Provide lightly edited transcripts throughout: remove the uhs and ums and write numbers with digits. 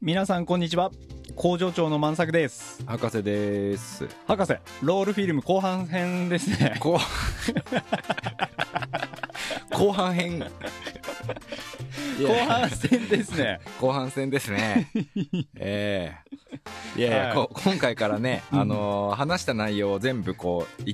皆さんこんにちは。工場長の万作です。 博士です。 博士、ロールフィルム後半編ですね。 後半編後半戦ですね。 後半戦ですね。いや、 はい今回からね、話した内容を全部こう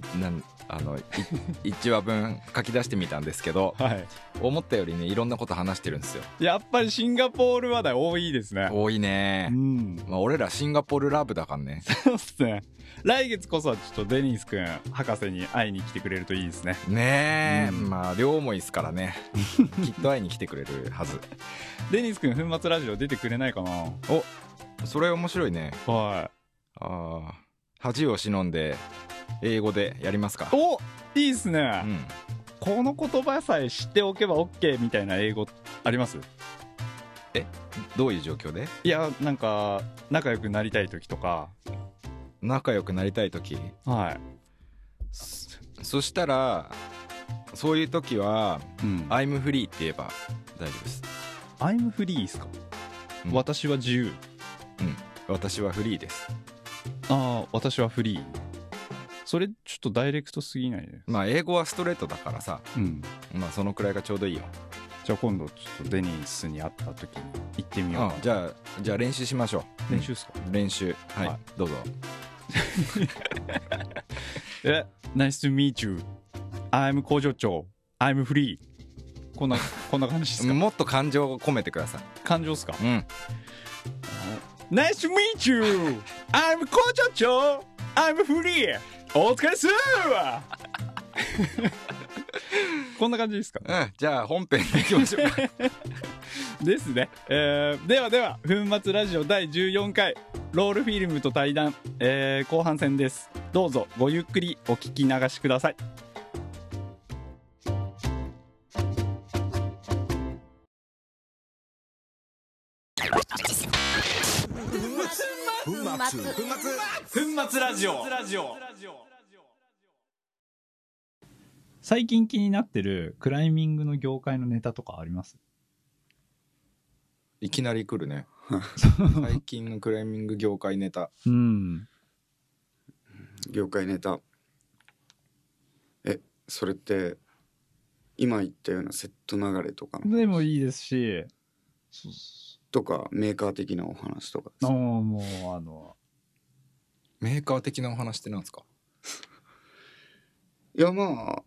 1話分書き出してみたんですけど、 はい。 思ったよりねいろんなこと話してるんですよ。 やっぱりシンガポール話題多いですね。 多いね。まあ俺らシンガポールラブだからね。 そうっすね。来月こそはちょっとデニス君博士に会いに来てくれるといいですね。 ねえ、まあ両思いですからね。きっと会いに来てくれるはず。 デニス君粉末ラジオ出てくれないかな。 お、それ面白いね。 は恥を忍んで英語でやりますか。 い。お、いいっすね。 うんこの言葉さえ知っておけば OK みたいな英語あります？ どういう状況で？ いや、なんか仲良くなりたい時とか。 仲良くなりたい時、 はい。 そしたらそういう時はうん。 I'm free って言えば大丈夫です。 I'm free ですか？ うん私は自由。 私はフリーです。 ああ、私はフリー。それちょっとダイレクトすぎないね。 まあ英語はストレートだからさ、 うん。 まあそのくらいがちょうどいいよ。 じゃあ今度ちょっとデニスに会った時に行ってみよう。 じゃあ練習しましょう。 練習っすか？ 練習、はい、 はいどうぞ。 Nice to meet you. I'm 工場長. I'm free. こんな感じですか？ もっと感情を込めてください。 感情っすか？ うん。 Nice to meet you. I'm 工場長. I'm free. お疲れっすこんな感じですか？ じゃあ本編でいきましょうか。 ですね。では粉末ラジオ第14回ロールフィルムと対談、後半戦です。どうぞごゆっくりお聞き流しください。粉末ラジオ。最近気になってるクライミングの業界のネタとかあります？ いきなり来るね。最近のクライミング業界ネタ。 うん。 業界ネタ。それって今言ったようなセット流れとかのでもいいですし、 とかメーカー的なお話とかです。 もうメーカー的なお話ってなんですか？ いやまあ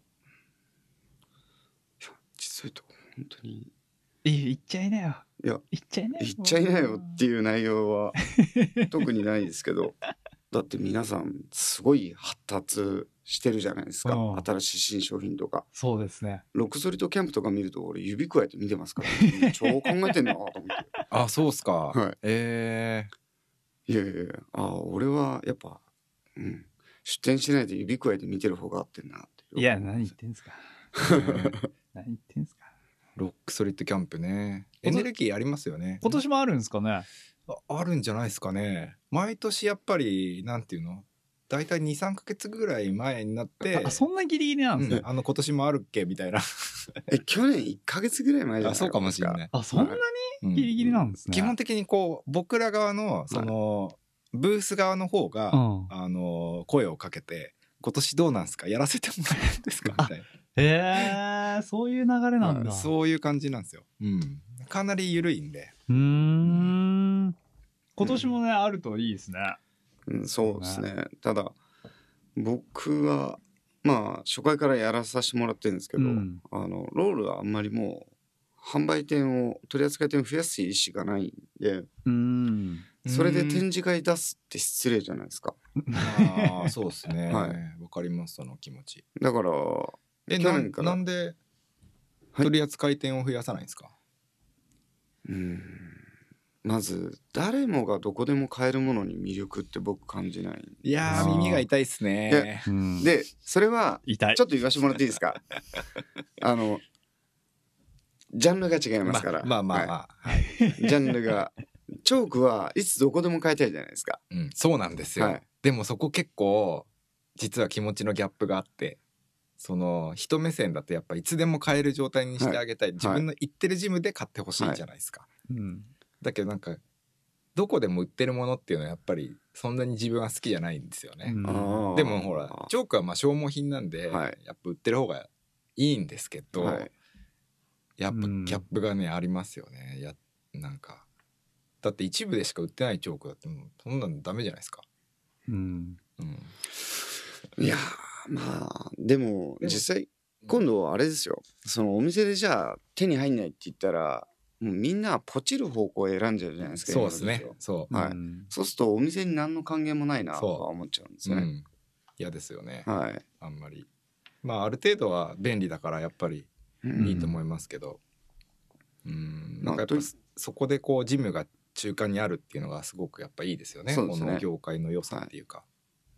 実は言うと本当に言っちゃいなよ。 いや言っちゃいなよ。 言っちゃいなよっていう内容は特にないですけど、だって皆さんすごい発達してるじゃないですか。新しい新商品とか。 そうですね。 ロクソリとキャンプとか見ると俺指くわえて見てますから、ね、超考えてんなと思って。 あ、そうっすか。 はい。いや俺はやっぱ、出店しないで指くわえて見てる方が合ってんなって。 いや何言ってんすか。何言ってんすか。 ロックソリッドキャンプね。エネルギーありますよね。 今年もあるんですかね。 あるんじゃないですかね。毎年やっぱりなんていうの、だいたい 2,3 ヶ月ぐらい前になってそんなギリギリなんですね。 今年もあるっけみたいな。 去年1ヶ月ぐらい前じゃないですか。 そうかもしれない。 そんなにギリギリなんですね。 基本的にこう僕ら側のそのブース側の方が声をかけて、今年どうなんですか、やらせてもらえるんですかみたいな。 そういう流れなんだ。 そういう感じなんですよ。かなり緩いんで。 今年もね、あるといいですね。 そうですね。ただ僕はまあ初回からやらさせてもらってるんですけど、ロールはあんまりもう販売店を取り扱い店を増やす意思がないんで、それで展示会出すって失礼じゃないですか。 そうですね。 はい。 わかります、その気持ち。 だから去年からなんで取り扱い店を増やさないんですか？ まず誰もがどこでも買えるものに魅力って僕感じない。 いやー、耳が痛いっすね。 でそれはちょっと言わせてもらっていいですか？ジャンルが違いますから。 まあ、 ジャンルがチョークはいつどこでも買いたいじゃないですか。 そうなんですよ。でもそこ結構実は気持ちのギャップがあって、その人目線だとやっぱいつでも買える状態にしてあげたい、自分の行ってるジムで買ってほしいじゃないですか。だけどなんかどこでも売ってるものっていうのはやっぱりそんなに自分は好きじゃないんですよね、 うんでもほらチョークはまあ消耗品なんで、 はいやっぱ売ってる方がいいんですけど、 はいやっぱギャップがねありますよね。なんかだって一部でしか売ってないチョークだってもうそんなのダメじゃないですか。 うんいやーまあでも実際今度あれですよ、そのお店でじゃあ手に入んないって言ったらもうみんなポチる方向を選んじゃうじゃないですか。 そうですね今の時そう、 期はいそうするとお店に何の還元もないなとは思っちゃうんですよね。 うん、嫌ですよね、 はいあんまり。まあある程度は便利だからやっぱりいいと思いますけど、なんかやっぱそこでこうジムが中間にあるっていうのがすごくやっぱいいですよね。 そうですねこの業界の良さっていうか、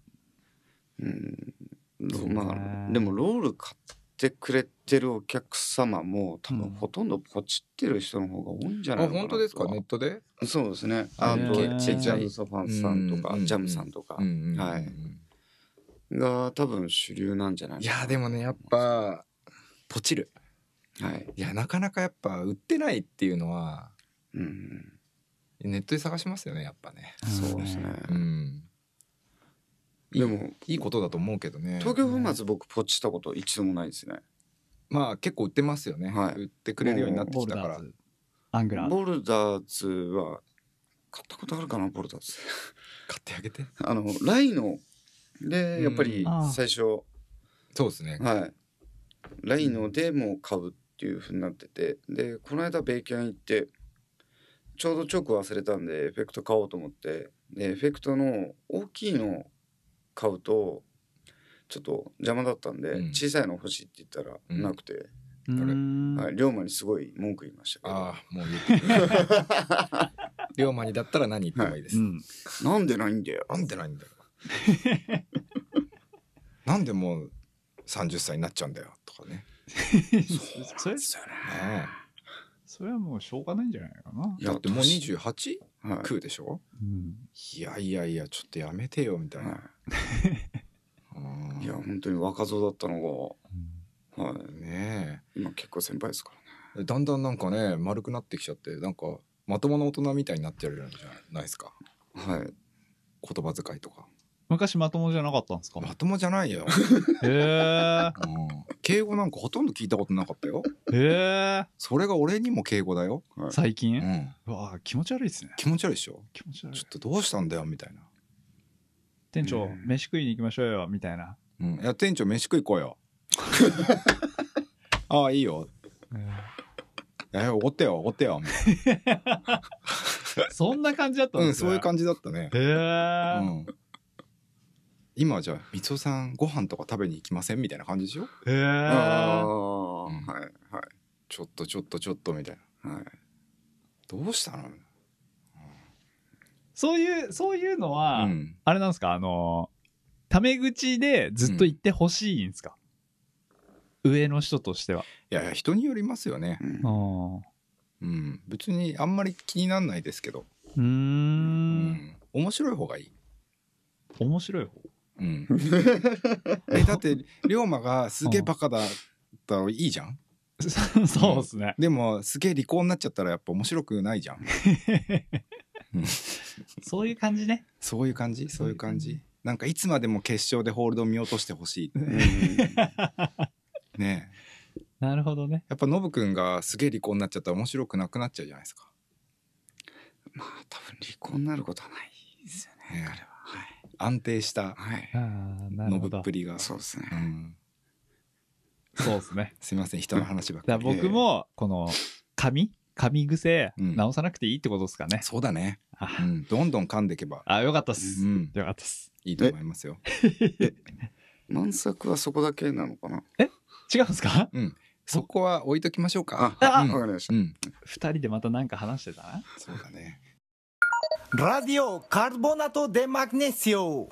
まあでもロール買ってくれてるお客様も多分ほとんどポチってる人の方が多いんじゃないのかな。 本当ですか？ネットで？ そうですね。あとチェンジャーソファンさんとかジャムさんとかはいが多分主流なんじゃないのかな。 いやでもねやっぱポチる、 はい、 いやなかなかやっぱ売ってないっていうのは、 うんネットで探しますよねやっぱね。 そうですね。 でもいいことだと思うけどね。 東京粉末僕ポチったこと一度もないですね。 まあ結構売ってますよね、はい、売ってくれるようになってきたから。 アングラーボルダーズは買ったことあるかな。ボルダーズ買ってあげて。 ライノでやっぱり最初そうですね、 はい、ライノでもう買うっていう風になってて、でこの間ベイキャン行ってちょうどチョーク忘れたんでエフェクト買おうと思って、でエフェクトの大きいの買うとちょっと邪魔だったんで、小さいの欲しいって言ったらなくて、はい、龍馬にすごい文句言いましたけど。 ああもう言って龍馬にだったら何言ってもいいです、 なんでないんだよ。 なんでないんだよなんでもう30歳になっちゃうんだよとかねそれですよね。それはもうしょうがないんじゃないかな。 だってもう 28？ 食うでしょ、いやちょっとやめてよみたいな、 いや本当に若造だったのが、はいねえ今結構先輩ですからね。 だんだんなんかね丸くなってきちゃってなんかまともな大人みたいになってるんじゃないですか。 はい。 言葉遣いとか昔まともじゃなかったんですか？ まともじゃないよへえ、 敬語なんかほとんど聞いたことなかったよ。 へえ、 それが俺にも敬語だよ、 最近。うわ気持ち悪いですね。 気持ち悪いでしょ。 気持ち悪い。 ちょっとどうしたんだよみたいな。 店長飯食いに行きましょうよみたいな。 いや店長飯食い行こうよああいいよ、おごってよみたいなそんな感じだったんですね。 そういう感じだったね。 へえ、 今じゃあ光雄さんご飯とか食べに行きませんみたいな感じでしょ。 へえ、 はいはい。 ちょっとみたいな、どうしたの。 そういうのは、あれなんですか、タメ口でずっと言ってほしいんですか、上の人としては。 いや人によりますよね。別にあんまり気になんないですけど。面白い方がいい。 面白い方。 だって龍馬がすげえバカだったらいいじゃん。 そうですね。 でもすげえ利口になっちゃったらやっぱ面白くないじゃん。 そういう感じね。 そういう感じ。なんかいつまでも決勝でホールド見落としてほしいねえ。 なるほどね。 やっぱノブくんがすげえ利口になっちゃったら面白くなくなっちゃうじゃないですか。 まあ多分利口になることはないですよね、彼は。 安定したノブっぷりが。 そうですね。 そうですね。 すいません人の話ばっかり。 僕もこの噛み癖直さなくていいってことですかね。 そうだね。どんどん噛んでいけば。 よかったっす。よかったっす。 いいと思いますよ。 満作はそこだけなのかな。 違うんですか？ そこは置いときましょうか。 わかりました。 2人でまた何か話してたな。 そうだね。 Radio Carbonato de Magnesio。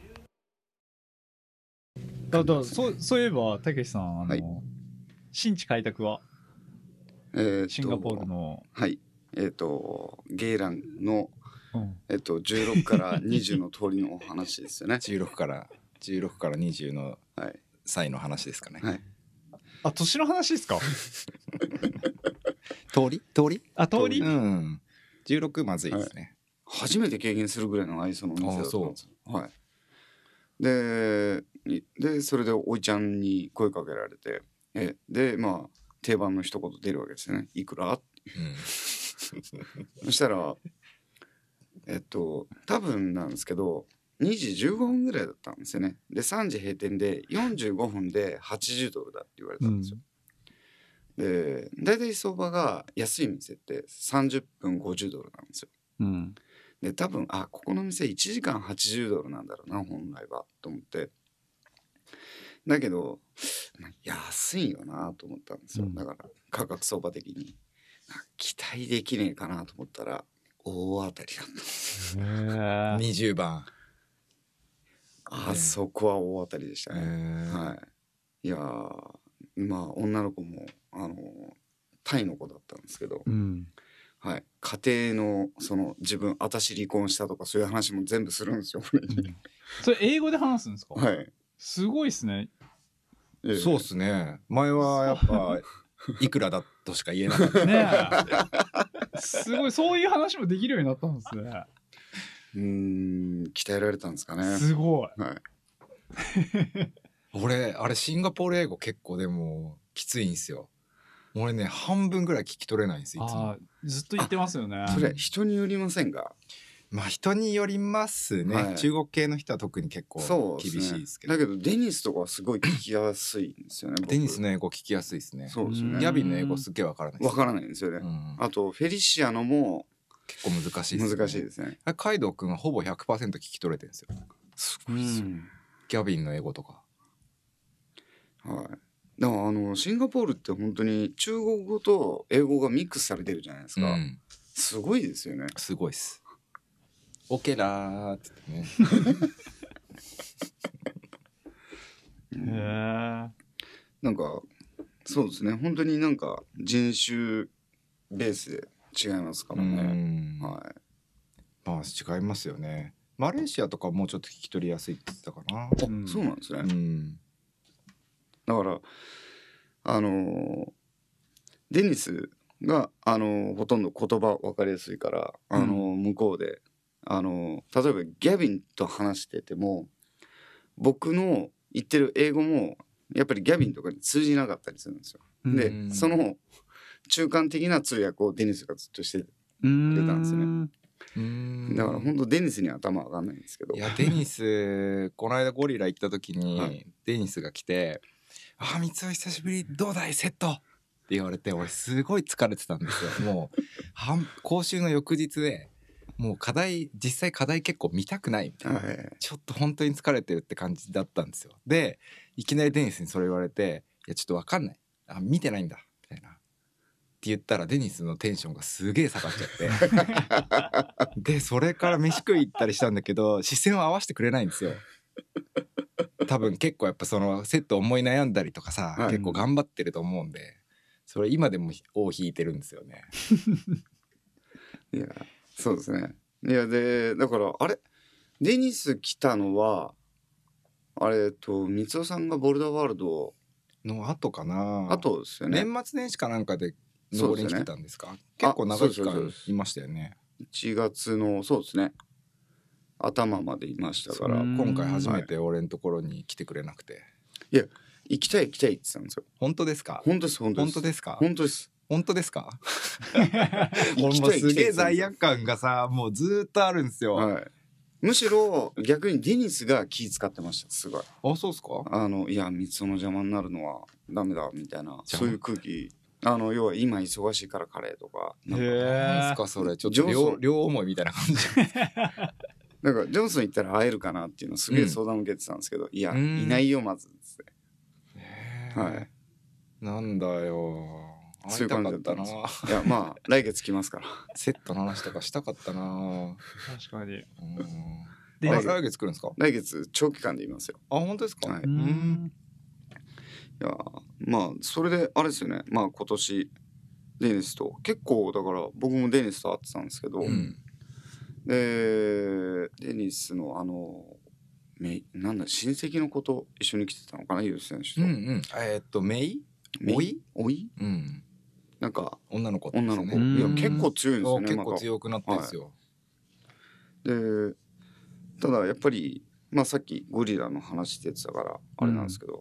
そういえばたけしさん新地開拓はシンガポールのゲイランの16から20の通りの話ですよね。 16から20の際の話ですかね。 年の話ですか？ 通り通り 16まずいですね。 初めて経験するぐらいの愛想のお店だったんですよ。はい、でそれでおいちゃんに声かけられて、でまあ定番の一言出るわけですよね。いくら？そしたら多分なんですけど2時15分ぐらいだったんですよね。で3時閉店で45分で$80だって言われたんですよ。で大体相場が安い店って30分$50なんですよ。で多分ここの店1時間$80なんだろうな本来はと思って、だけど安いよなと思ったんですよ。だから価格相場的に期待できねえかなと思ったら大当たりだったんですよ。 20番そこは大当たりでしたね。はい、いやまあ女の子もタイの子だったんですけど、はい、家庭の私離婚したとかそういう話も全部するんですよ。 それ英語で話すんですか？ はい。 すごいっすね。 そうっすね。前はやっぱいくらだとしか言えなかったねえ。すごい、そういう話もできるようになったんですね。 鍛えられたんですかね。 すごい。 はい。 俺あれシンガポール英語結構でもきついんですよ。俺ね半分ぐらい聞き取れないんですいつも。 ずっと言ってますよね。 それ人によりませんが。 まあ人によりますね、はい、中国系の人は特に結構厳しいですけど、 だけどデニスとかはすごい聞きやすいんですよね。 デニスの英語聞きやすいですね。 そうですね。 ギャビンの英語すっげえわからないです。 わからないんですよね、あとフェリシアのも結構難しいですね。 難しいですね。 カイドウ君はほぼ 100% 聞き取れてるんですよ。 すごいですよ、 ギャビンの英語とか。 はい。だからシンガポールって本当に中国語と英語がミックスされてるじゃないですか、すごいですよね。 すごいっす。オケラーって言ってね。なんかそうですね、本当になんか人種ベースで違いますからね。はい。 まあ違いますよね。マレーシアとかもうちょっと聞き取りやすいって言ってたかな。 そうなんですね。だからデニスがほとんど言葉分かりやすいから向こうで例えばギャビンと話してても僕の言ってる英語もやっぱりギャビンとかに通じなかったりするんですよ。でその中間的な通訳をデニスがずっとしてくれたんですね。だから本当デニスに頭上がんないんですけど。 いやデニスこの間ゴリラ行った時に、デニスが来て「あ三尾久しぶりどうだいセット」って言われて俺すごい疲れてたんですよ。もう講習の翌日でもう実際課題結構見たくないみたいな、ちょっと本当に疲れてるって感じだったんですよ。でいきなりデニスにそれ言われて「いやちょっと分かんない見てないんだ」みたいなって言ったらデニスのテンションがすげえ下がっちゃってでそれから飯食い行ったりしたんだけど視線を合わせてくれないんですよ。多分結構やっぱそのセット思い悩んだりとかさ、結構頑張ってると思うんでそれ今でも尾を引いてるんですよね。 いやそうですね。いやでだからデニス来たのは三尾さんがボルダーワールドの後かな。 後ですよね。 年末年始かなんかで登りに来てたんですか？結構長い期間いましたよね。 1月のそうですね頭までいましたから今回初めて俺のところに来てくれなくて、 いや行きたいって言ってたんですよ。 本当ですか？ 本当です。 本当ですか？ 本当です。 本当ですか？俺もうすげえ罪悪感がさもうずっとあるんですよ、 むしろ逆にデニスが気使ってました。すごい。 そうですか？ いや三つの邪魔になるのはダメだみたいなそういう空気。要は今忙しいからカレーとかなんですかそれちょっと両思いみたいな感じだからジョンソン行ったら会えるかなっていうのすげえ相談受けてたんですけど、いやいないよまずですね。 なんだよそういう感じだったな。いやまあ来月来ますからセットの話とかしたかったな。 確かに。 来月来るんですか？ 来月長期間でいますよ。 本当ですか？ いやまあそれであれですよね。まあ今年デニスと結構だから僕もデニスと会ってたんですけど、デニスのなんだ親戚の子と一緒に来てたのかなユース選手と。 メイおいなんか女の子いや結構強いんですよね。 結構強くなってんですよ。 でただやっぱり、まあ、さっきゴリラの話してたからあれなんですけど、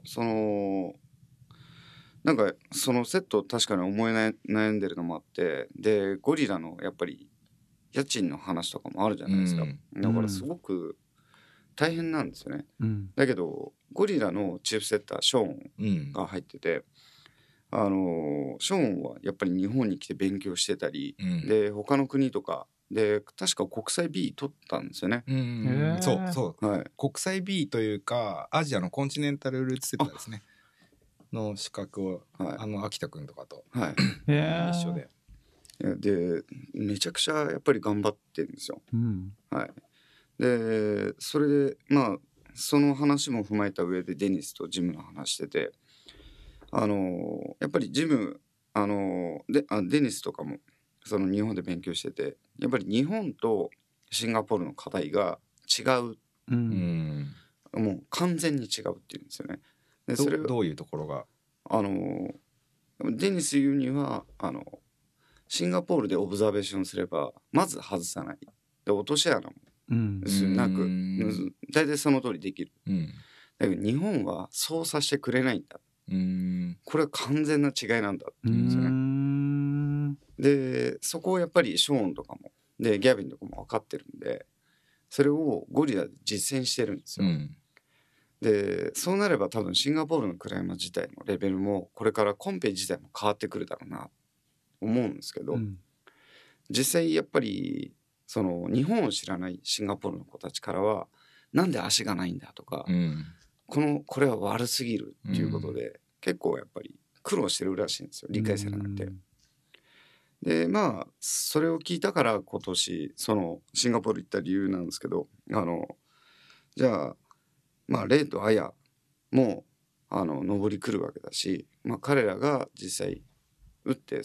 なんかそのセット確かに思い悩んでるのもあって、でゴリラのやっぱり家賃の話とかもあるじゃないですか、だからすごく大変なんですよね、だけどゴリラのチーフセッターショーンが入ってて、ショーンはやっぱり日本に来て勉強してたり、で他の国とかで確か国際 B 取ったんですよね。 そうそう、 はい、 国際 B というかアジアのコンチネンタルルーツセッターですねの資格を、秋田くんとかと、一緒で。 でめちゃくちゃやっぱり頑張ってるんですよ。はい、でそれでまあその話も踏まえた上でデニスとジムの話してて、やっぱりジムデニスとかもその日本で勉強してて、やっぱり日本とシンガポールの課題が違う、もう完全に違うっていうんですよね。でそれどういうところがデニス言うにはシンガポールでオブザベーションすればまず外さない、で落とし穴もなく大体その通りできる、だけど日本はそうさせてくれないんだ、これは完全な違いなんだって言うんですよね。でそこをやっぱりショーンとかもでギャビンとかも分かってるんで、それをゴリラで実践してるんですよ、でそうなれば多分シンガポールのクライマー自体のレベルもこれからコンペ自体も変わってくるだろうな思うんですけど、実際やっぱりその日本を知らないシンガポールの子たちからはなんで足がないんだとか、これは悪すぎるっていうことで、結構やっぱり苦労してるらしいんですよ、理解されなくて。でまあそれを聞いたから今年そのシンガポール行った理由なんですけど、じゃあまあレイとアヤも上り来るわけだし、まあ、彼らが実際打って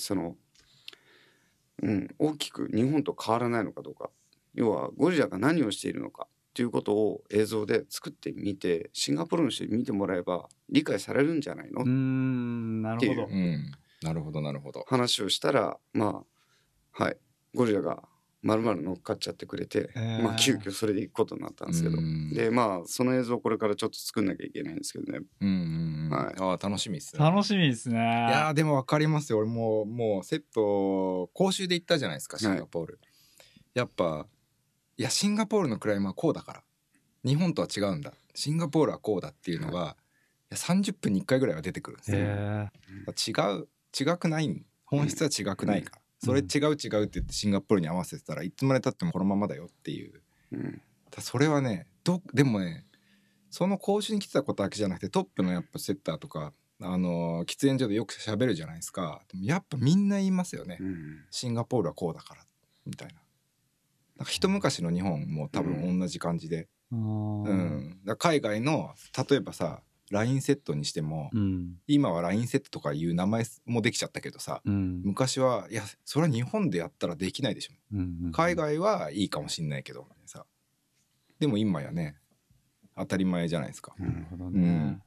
大きく日本と変わらないのかどうか、要はゴリラが何をしているのかっていうことを映像で作ってみてシンガポールの人に見てもらえば理解されるんじゃないのっていうなるほど話をしたら、まあはいゴリラが丸々乗っかっちゃってくれて、まあ急遽それで行くことになったんですけど、でまあその映像これからちょっと作んなきゃいけないんですけどね。 楽しみですね。 楽しみですね。 いやでも分かりますよ。俺もうセット講習で行ったじゃないですか、シンガポール、やっぱいやシンガポールのクライマーはこうだから日本とは違うんだ、シンガポールはこうだっていうのが、いや30分に1回ぐらいは出てくるんですよ。違くない、本質は違くないから、それ違うって言ってシンガポールに合わせてたらいつまでたってもこのままだよっていう、それはねでもねその講習に来てたことだけじゃなくてトップのやっぱセッターとか喫煙所でよく喋るじゃないですか。でもやっぱみんな言いますよね、シンガポールはこうだからみたいな。なんか一昔の日本も多分同じ感じで、だ海外の例えばさLINE セットにしても、今は LINE セットとかいう名前もできちゃったけどさ、昔はいやそれは日本でやったらできないでしょ、海外はいいかもしんないけどさ、でも今やね当たり前じゃないですか。 なるほどね。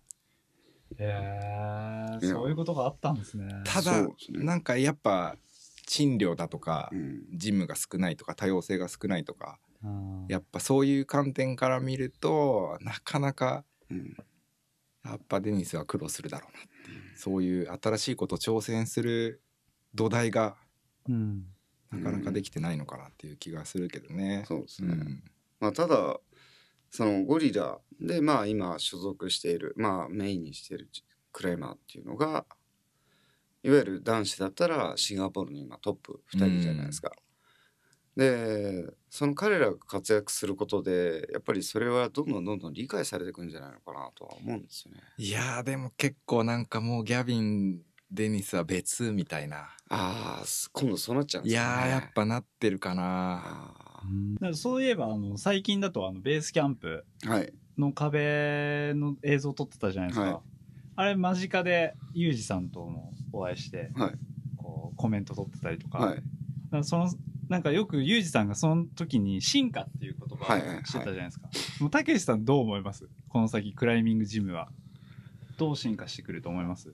そういうことがあったんですね。 ただなんかやっぱ賃料だとか、ジムが少ないとか多様性が少ないとか、やっぱそういう観点から見るとなかなか、やっぱデニスは苦労するだろうなっていう、そういう新しいことを挑戦する土台が、なかなかできてないのかなっていう気がするけどね。 そうですね、まあ、ただそのゴリラでまあ今所属している、まあメインにしているクライマーっていうのがいわゆる男子だったらシンガポールの今トップ2人じゃないですか、でその彼らが活躍することでやっぱりそれはどんどん理解されていくんじゃないのかなとは思うんですよね。 いやーでも結構なんかもうギャビンデニスは別みたいな、 今度そうなっちゃうんですかね。 いやーやっぱなってるかな。 そういえば最近だとベースキャンプの壁の映像を撮ってたじゃないですか、あれ間近でユージさんともお会いして、こうコメント撮ってたりとか、だからなんかよくユージさんがその時に進化っていう言葉をしてたじゃないですか。もうたけしさんどう思います？この先クライミングジムはどう進化してくると思います？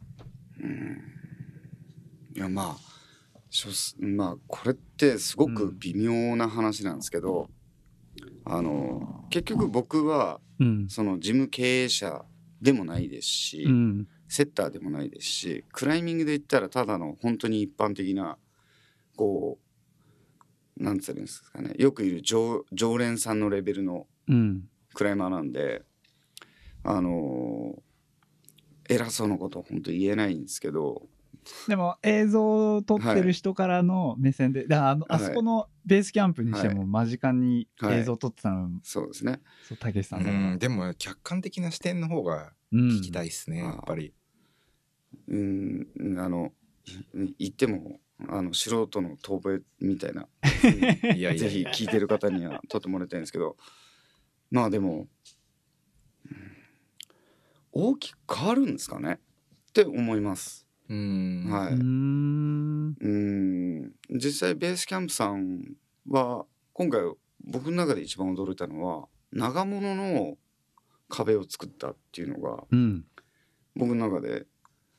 いやまあこれってすごく微妙な話なんですけど、 結局僕は、 うん、 その事務経営者でもないですし、 うん、 セッターでもないですし、クライミングで言ったらただの本当に一般的なこうなんつうんですかね、よくいる常連さんのレベルのクライマーなんで、偉そうなこと本当言えないんですけど、 でも映像を撮ってる人からの目線で、だからあそこのベースキャンプにしても間近に映像を撮ってたの、はい、 そうですね。 そう、たけしさんだから、 でも客観的な視点の方が聞きたいですね、やっぱり。 言っても素人の遠吠えみたいないやぜひ聞いてる方には撮ってもらいたいんですけど、まあでも、大きく変わるんですかねって思います。はい。実際ベースキャンプさんは今回僕の中で一番驚いたのは長物の壁を作ったっていうのが、僕の中で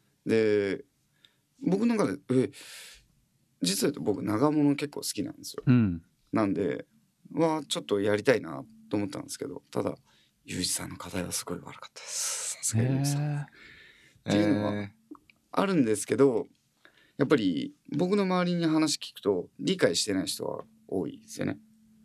実は言うと僕長物結構好きなんですよ、なんでちょっとやりたいなと思ったんですけど、ただユージさんの課題はすごい悪かったです。さすがユージさんっていうのはあるんですけど、やっぱり僕の周りに話聞くと理解してない人は多いですよね。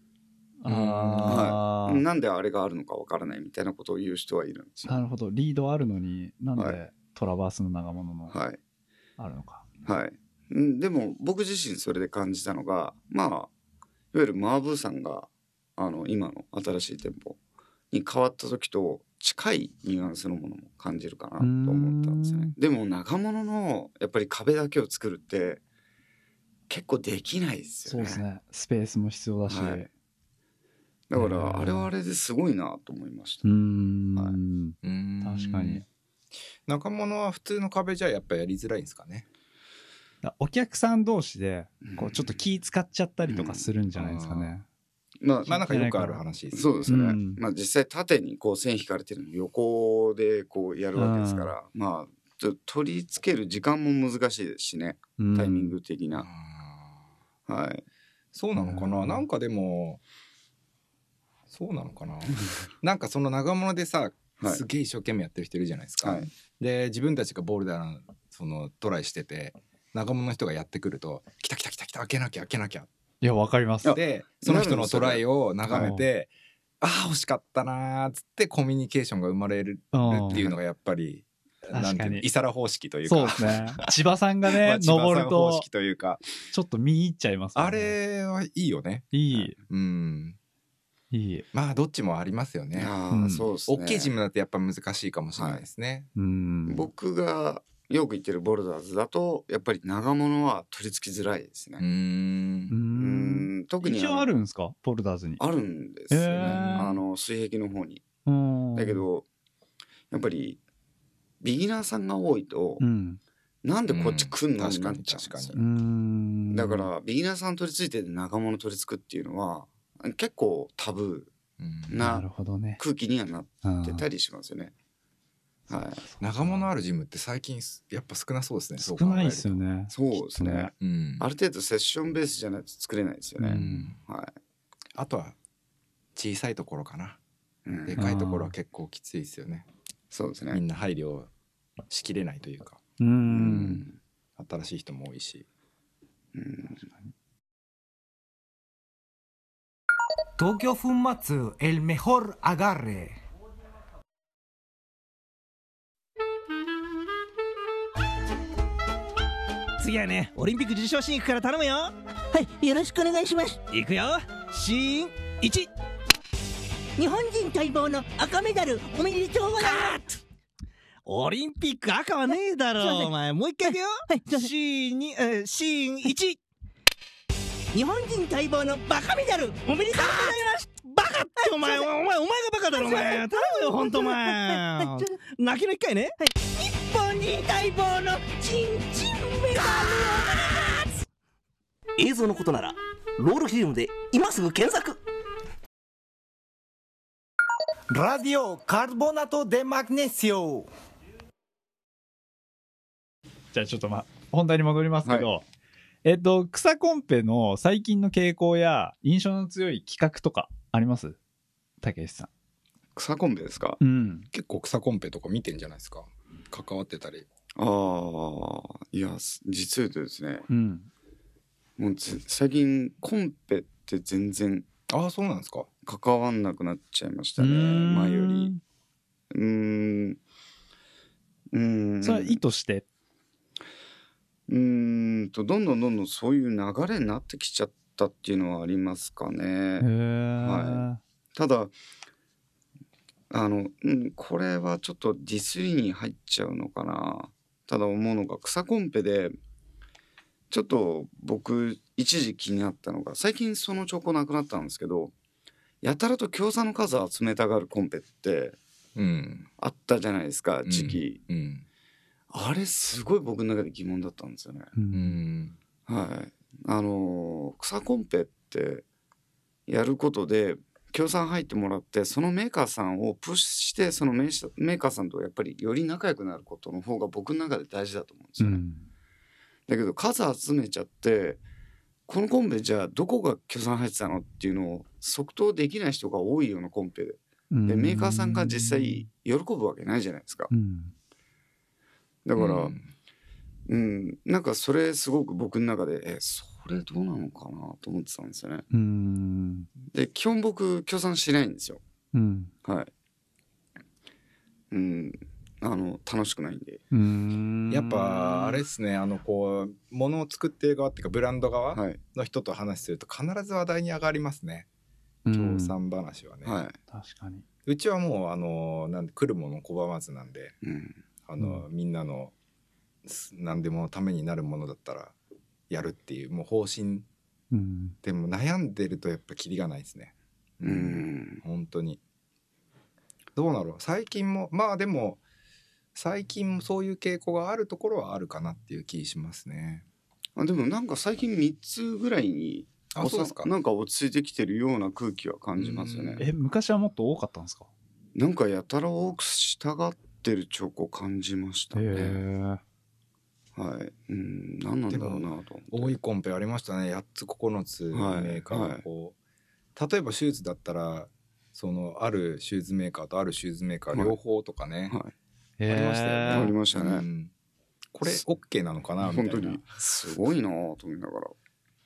はい、なんであれがあるのかわからないみたいなことを言う人はいるんですよ。 なるほど、リードあるのになんでトラバースの長物の、 はい、 あるのか。 はい。でも僕自身それで感じたのが、まあいわゆるマーブーさんが今の新しい店舗に変わった時と近いニュアンスのものも感じるかなと思ったんですね。でも長物のやっぱり壁だけを作るって結構できないですよね。 そうですね。スペースも必要だし、はい、 だからあれはあれですごいなと思いました。 確かに長物は普通の壁じゃやっぱやりづらいんですかね。 お客さん同士でこうちょっと気使っちゃったりとかするんじゃないですかね。 まあなんかよくある話です。 そうですね。まあ実際縦にこう線引かれてるの横でこうやるわけですから、まあ取り付ける時間も難しいですしね、タイミング的な。はい。 そうなのかな。なんかでもそうなのかな。なんかその長物でさ、すげえ一生懸命やってる人いるじゃないですか。はい、で自分たちがボルダーのそのトライしてて、長物の人がやってくると来た開けなきゃ。 いやわかります。 でその人のトライを眺めて、ああ惜しかったなーっつってコミュニケーションが生まれるっていうのがやっぱりなんていうの、イサラ方式というか。 そうですね。千葉さんがね登ると方式というかちょっと見入っちゃいますね。 あれはいいよね。 いい。いい。 まあどっちもありますよね。 そうですね。 大きいジムだとやっぱ難しいかもしれないですね。 僕がよく言ってるボルダーズだとやっぱり長物は取り付きづらいですね。特に一応あるんですか、ボルダーズに。 あるんですよね。水壁の方に。だけどやっぱりビギナーさんが多いと、なんでこっち来んのになっちゃうんですよ。だからビギナーさん取り付いて長物取り付くっていうのは結構タブーな空気にはなってたりしますよね。はい、 長物あるジムって最近やっぱ少なそうですね。 少ないですよね。 そうですね。ある程度セッションベースじゃないと作れないですよね。はい。 あとは小さいところかな。でかいところは結構きついですよね。 そうですね。 みんな配慮しきれないというか。新しい人も多いし。 東京粉末 el mejor agarre。 次はね、オリンピック受賞しに行くから頼むよ。 はい、よろしくお願いします。 行くよ。シーン1。 日本人待望の赤メダルおめでとうございます。 オリンピック赤はねえだろお前。もう一回行くよ。はい、シーン2、シーン1。 日本人待望のバカメダルおめでとうございます。 バカってお前がバカだろお前。頼むよ本当お前。泣きの一回ね。 日本人待望のチンチンメダル。 映像のことならロールフィルムで今すぐ検索。 ラディオカルボナトデマグネシオ。 じゃあちょっと本題に戻りますけど、草コンペの最近の傾向や印象の強い企画とかあります？ たけしさん。 草コンペですか？ うん。 結構草コンペとか見てんじゃないですか？関わってたり。 いや、実を言うとですね、 うん、 もう最近コンペって全然そうなんですか？ 関わんなくなっちゃいましたね、前より。 それは意図して？ どんどんそういう流れになってきちゃったっていうのはありますかね。はい、ただこれはちょっとディスりに入っちゃうのかな。ただ思うのが草コンペでちょっと僕一時気になったのが、最近その兆候なくなったんですけど、やたらと協賛の数を集めたがるコンペってあったじゃないですか、時期、あれすごい僕の中で疑問だったんですよね。はい、草コンペってやることで協賛入ってもらって、そのメーカーさんをプッシュして、そのメーカーさんとやっぱりより仲良くなることの方が僕の中で大事だと思うんですよね。だけど数集めちゃって、このコンペじゃあどこが協賛入ってたのっていうのを即答できない人が多いようなコンペで、メーカーさんが実際喜ぶわけないじゃないですか。だからなんかそれすごく僕の中でそれどうなのかなと思ってたんですよね。で基本僕協賛しないんですよ。はい。楽しくないんで。 やっぱあれですね、こう物を作ってる側っていうかブランド側の人と話すると必ず話題に上がりますね、協賛話はね。 確かに。 うちはもうなんで来るもの拒まずなんで、みんなの何でもためになるものだったらやるっていうもう方針、でも悩んでるとやっぱキリがないですね。本当にどうなの最近も。でも最近もそういう傾向があるところはあるかなっていう気しますね。 でもなんか最近3つぐらいになんか落ち着いてきてるような空気は感じますよね。 昔はもっと多かったんですか？ なんかやたら多く従ってる兆候感じましたね。はい。何なんだろうなと。 多いコンペありましたね。8つ9つメーカーがこう、例えばシューズだったらそのあるシューズメーカーとあるシューズメーカー両方とかね、ありましたよね。 ありましたね。 これ OK なのかなみたいな。 本当にすごいなと思いながら。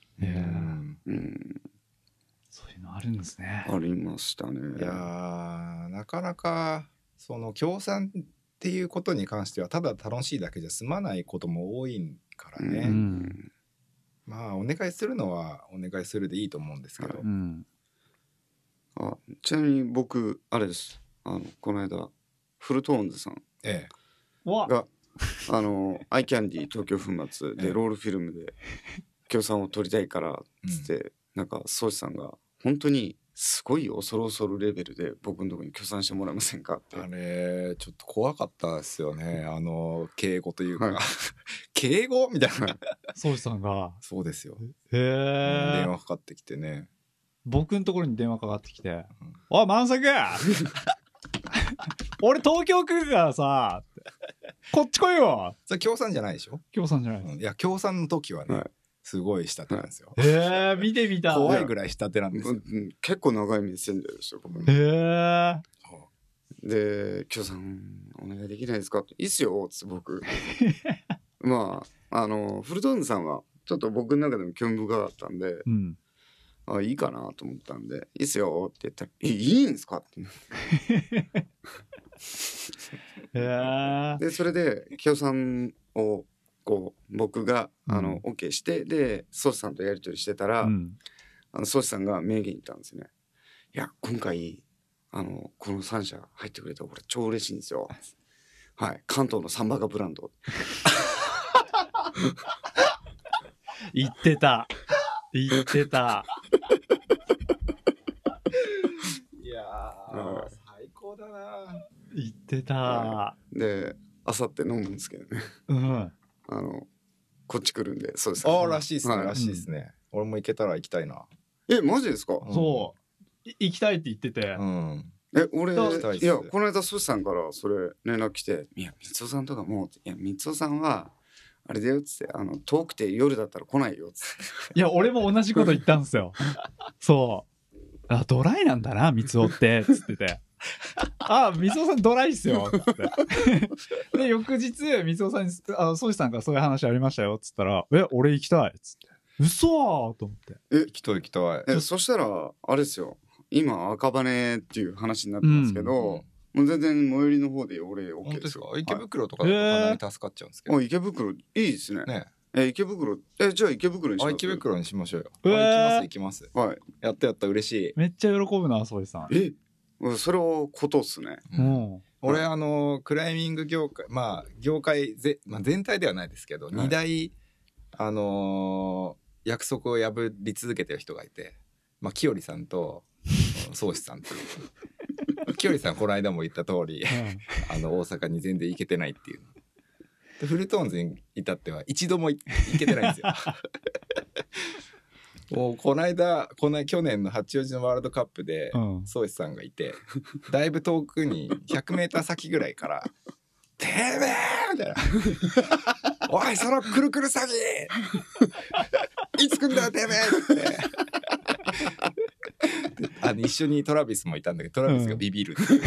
そういうのあるんですね。 ありましたね。 いやなかなかその協賛っていうことに関してはただ楽しいだけじゃ済まないことも多いからね。お願いするのはお願いするでいいと思うんですけど。 ちなみに僕あれです。この間フルトーンズさんがアイキャンディ東京粉末でロールフィルムで協賛を取りたいからっつって、なんか宗師さんが本当にすごい恐る恐るレベルで僕のところに協賛してもらえませんかって。 あれちょっと怖かったですよね。敬語というか、敬語みたいな。 宗師さんが。 そうですよ。 電話かかってきてね。 僕のところに電話かかってきて、おい万作俺東京来るからさ、こっち来いよ。 それ協賛じゃないでしょ？ 協賛じゃないです。 いや協賛の時はね、すごい仕立てなんですよ。 見てみた。 怖いぐらい仕立てなんですよ。 結構長いメッセンジャーでしたよ僕。で協賛お願いできないですかって。いいっすよっつって僕。フルトーンズさんはちょっと僕の中でも興味深かったんで。いいかなと思ったんでいいっすよって言ったらいいんですかってでそれで協賛をこう僕がOK してで宗師さんとやり取りしてたら宗師さんが名言言ったんですよね。いや今回この3社入ってくれて俺超嬉しいんですよ。はい関東のサンバカブランド言ってたいや最高だな。 言ってた。 であさって飲むんですけどね。こっち来るんで。そうですね。らしいですね、らしいですね。俺も行けたら行きたいな。 マジですか？ そう行きたいって言ってて。 俺いやこの間ソシさんからそれ連絡来て、いや三尾さんとかもいや三尾さんはあれだよっつって遠くて夜だったら来ないよっつって。 いや俺も同じこと言ったんですよ。そあ、ドライなんだな、三尾って、つってて。あ、三尾さんドライっすよ、つって。で、翌日、三尾さんに、ソシさんからそういう話ありましたよ、つったら、俺行きたい、つって。嘘ーと思って。 行きたい行きたい。 そしたら、あれですよ。今、赤羽っていう話になってますけど、もう全然最寄りの方で俺 OK ですよ。 池袋とかだとかなり助かっちゃうんですけど。 池袋、いいですね。池袋、じゃあ池袋にします。 池袋にしましょうよ。行きます。 はい。 やった嬉しい。 めっちゃ喜ぶな、ソイさん。 それをことっすね。 俺クライミング業界、業界全体ではないですけど、2大約束を破り続けてる人がいて、きよりさんと宗志さんっていう。きよりさんこの間も言った通り、大阪に全然行けてないっていう。でフルトーンズに至っては一度も行けてないんですよ。もう去年の八王子のワールドカップで宗志さんがいて、だいぶ遠くに100メーター先ぐらいから「てめえ!」みたいな「おいそのくるくる詐欺いつ来んだよてめえ!」って一緒にトラビスもいたんだけど、トラビスがビビるっていう。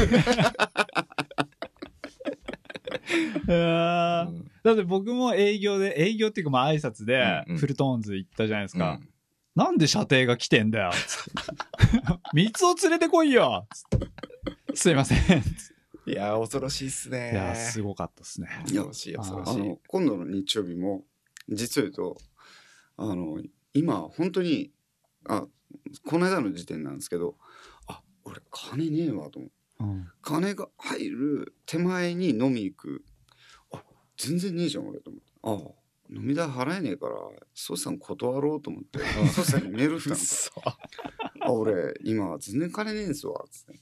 だって僕も営業っていうか挨拶でフルトーンズ行ったじゃないですか。なんで射程が来てんだよ。三つを連れてこいよ。すいません。 いや恐ろしいっすね。 いやすごかったっすね。 恐ろしい。 今度の日曜日も実を言うと今本当にこの間の時点なんですけど、俺金ねえわと思う。金が入る手前に飲み行く。全然ねえじゃん俺と思って。飲み代払えねえからソシさん断ろうと思ってソシさんにメールしたんですよ。俺今全然金ねえんすわつって。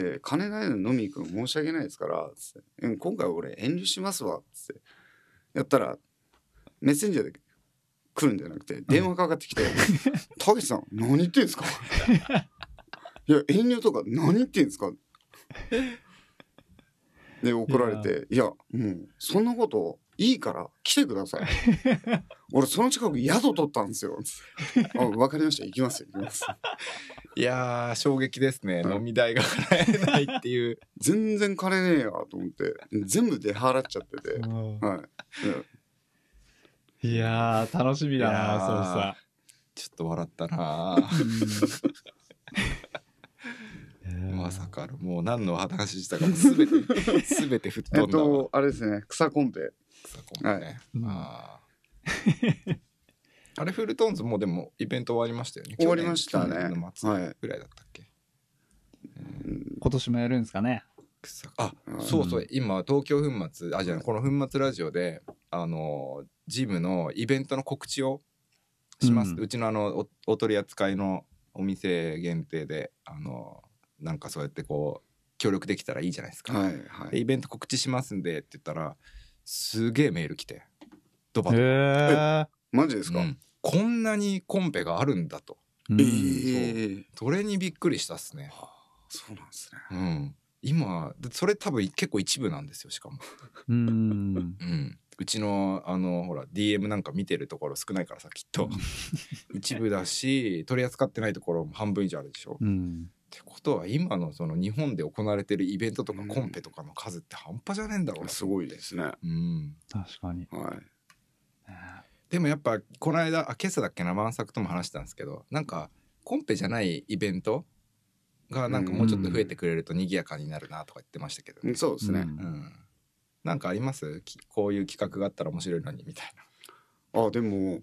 で金ないのに飲み行くの申し訳ないですからつって。今回俺遠慮しますわつってやったらメッセンジャーで来るんじゃなくて電話かかってきて「たけしさん何言ってんすか?」いや遠慮とか何言ってんすかで怒られて「いやもうそんなこといいから来てください」俺その近く宿取ったんですよ。分かりました行きますよ行きます。 いや衝撃ですね。飲み代が払えないっていう。 全然金ねえやと思って全部出払っちゃってて、 いや楽しみだな。そうさちょっと笑ったな。まさかもう何の話したかも全て吹っ飛んだ。 あれですね草コンペ。 ね。あれフルトーンズもでもイベント終わりましたよね。 終わりましたね。 去年の末ぐらいだったっけ。 今年もやるんですかね。 そう今東京粉末じゃあこの粉末ラジオでジムのイベントの告知をします。うちのお取り扱いのお店限定でなんかそうやってこう協力できたらいいじゃないですか。イベント告知しますんでって言ったらすげえメール来てドバッと。 マジですか？ こんなにコンペがあるんだと。それにびっくりしたっすね。 そうなんですね。 今それ多分結構一部なんですよしかも。うちのほら DM なんか見てるところ少ないからさきっと一部だし取り扱ってないところも半分以上あるでしょ。ってことは今のその日本で行われてるイベントとかコンペとかの数って半端じゃねえんだろうな。 すごいですね。 確かに。 でもやっぱこの間今朝だっけな万作とも話したんですけど、なんかコンペじゃないイベントがなんかもうちょっと増えてくれると賑やかになるなとか言ってましたけど、 そうですね。 なんかあります？こういう企画があったら面白いのにみたいな。 でも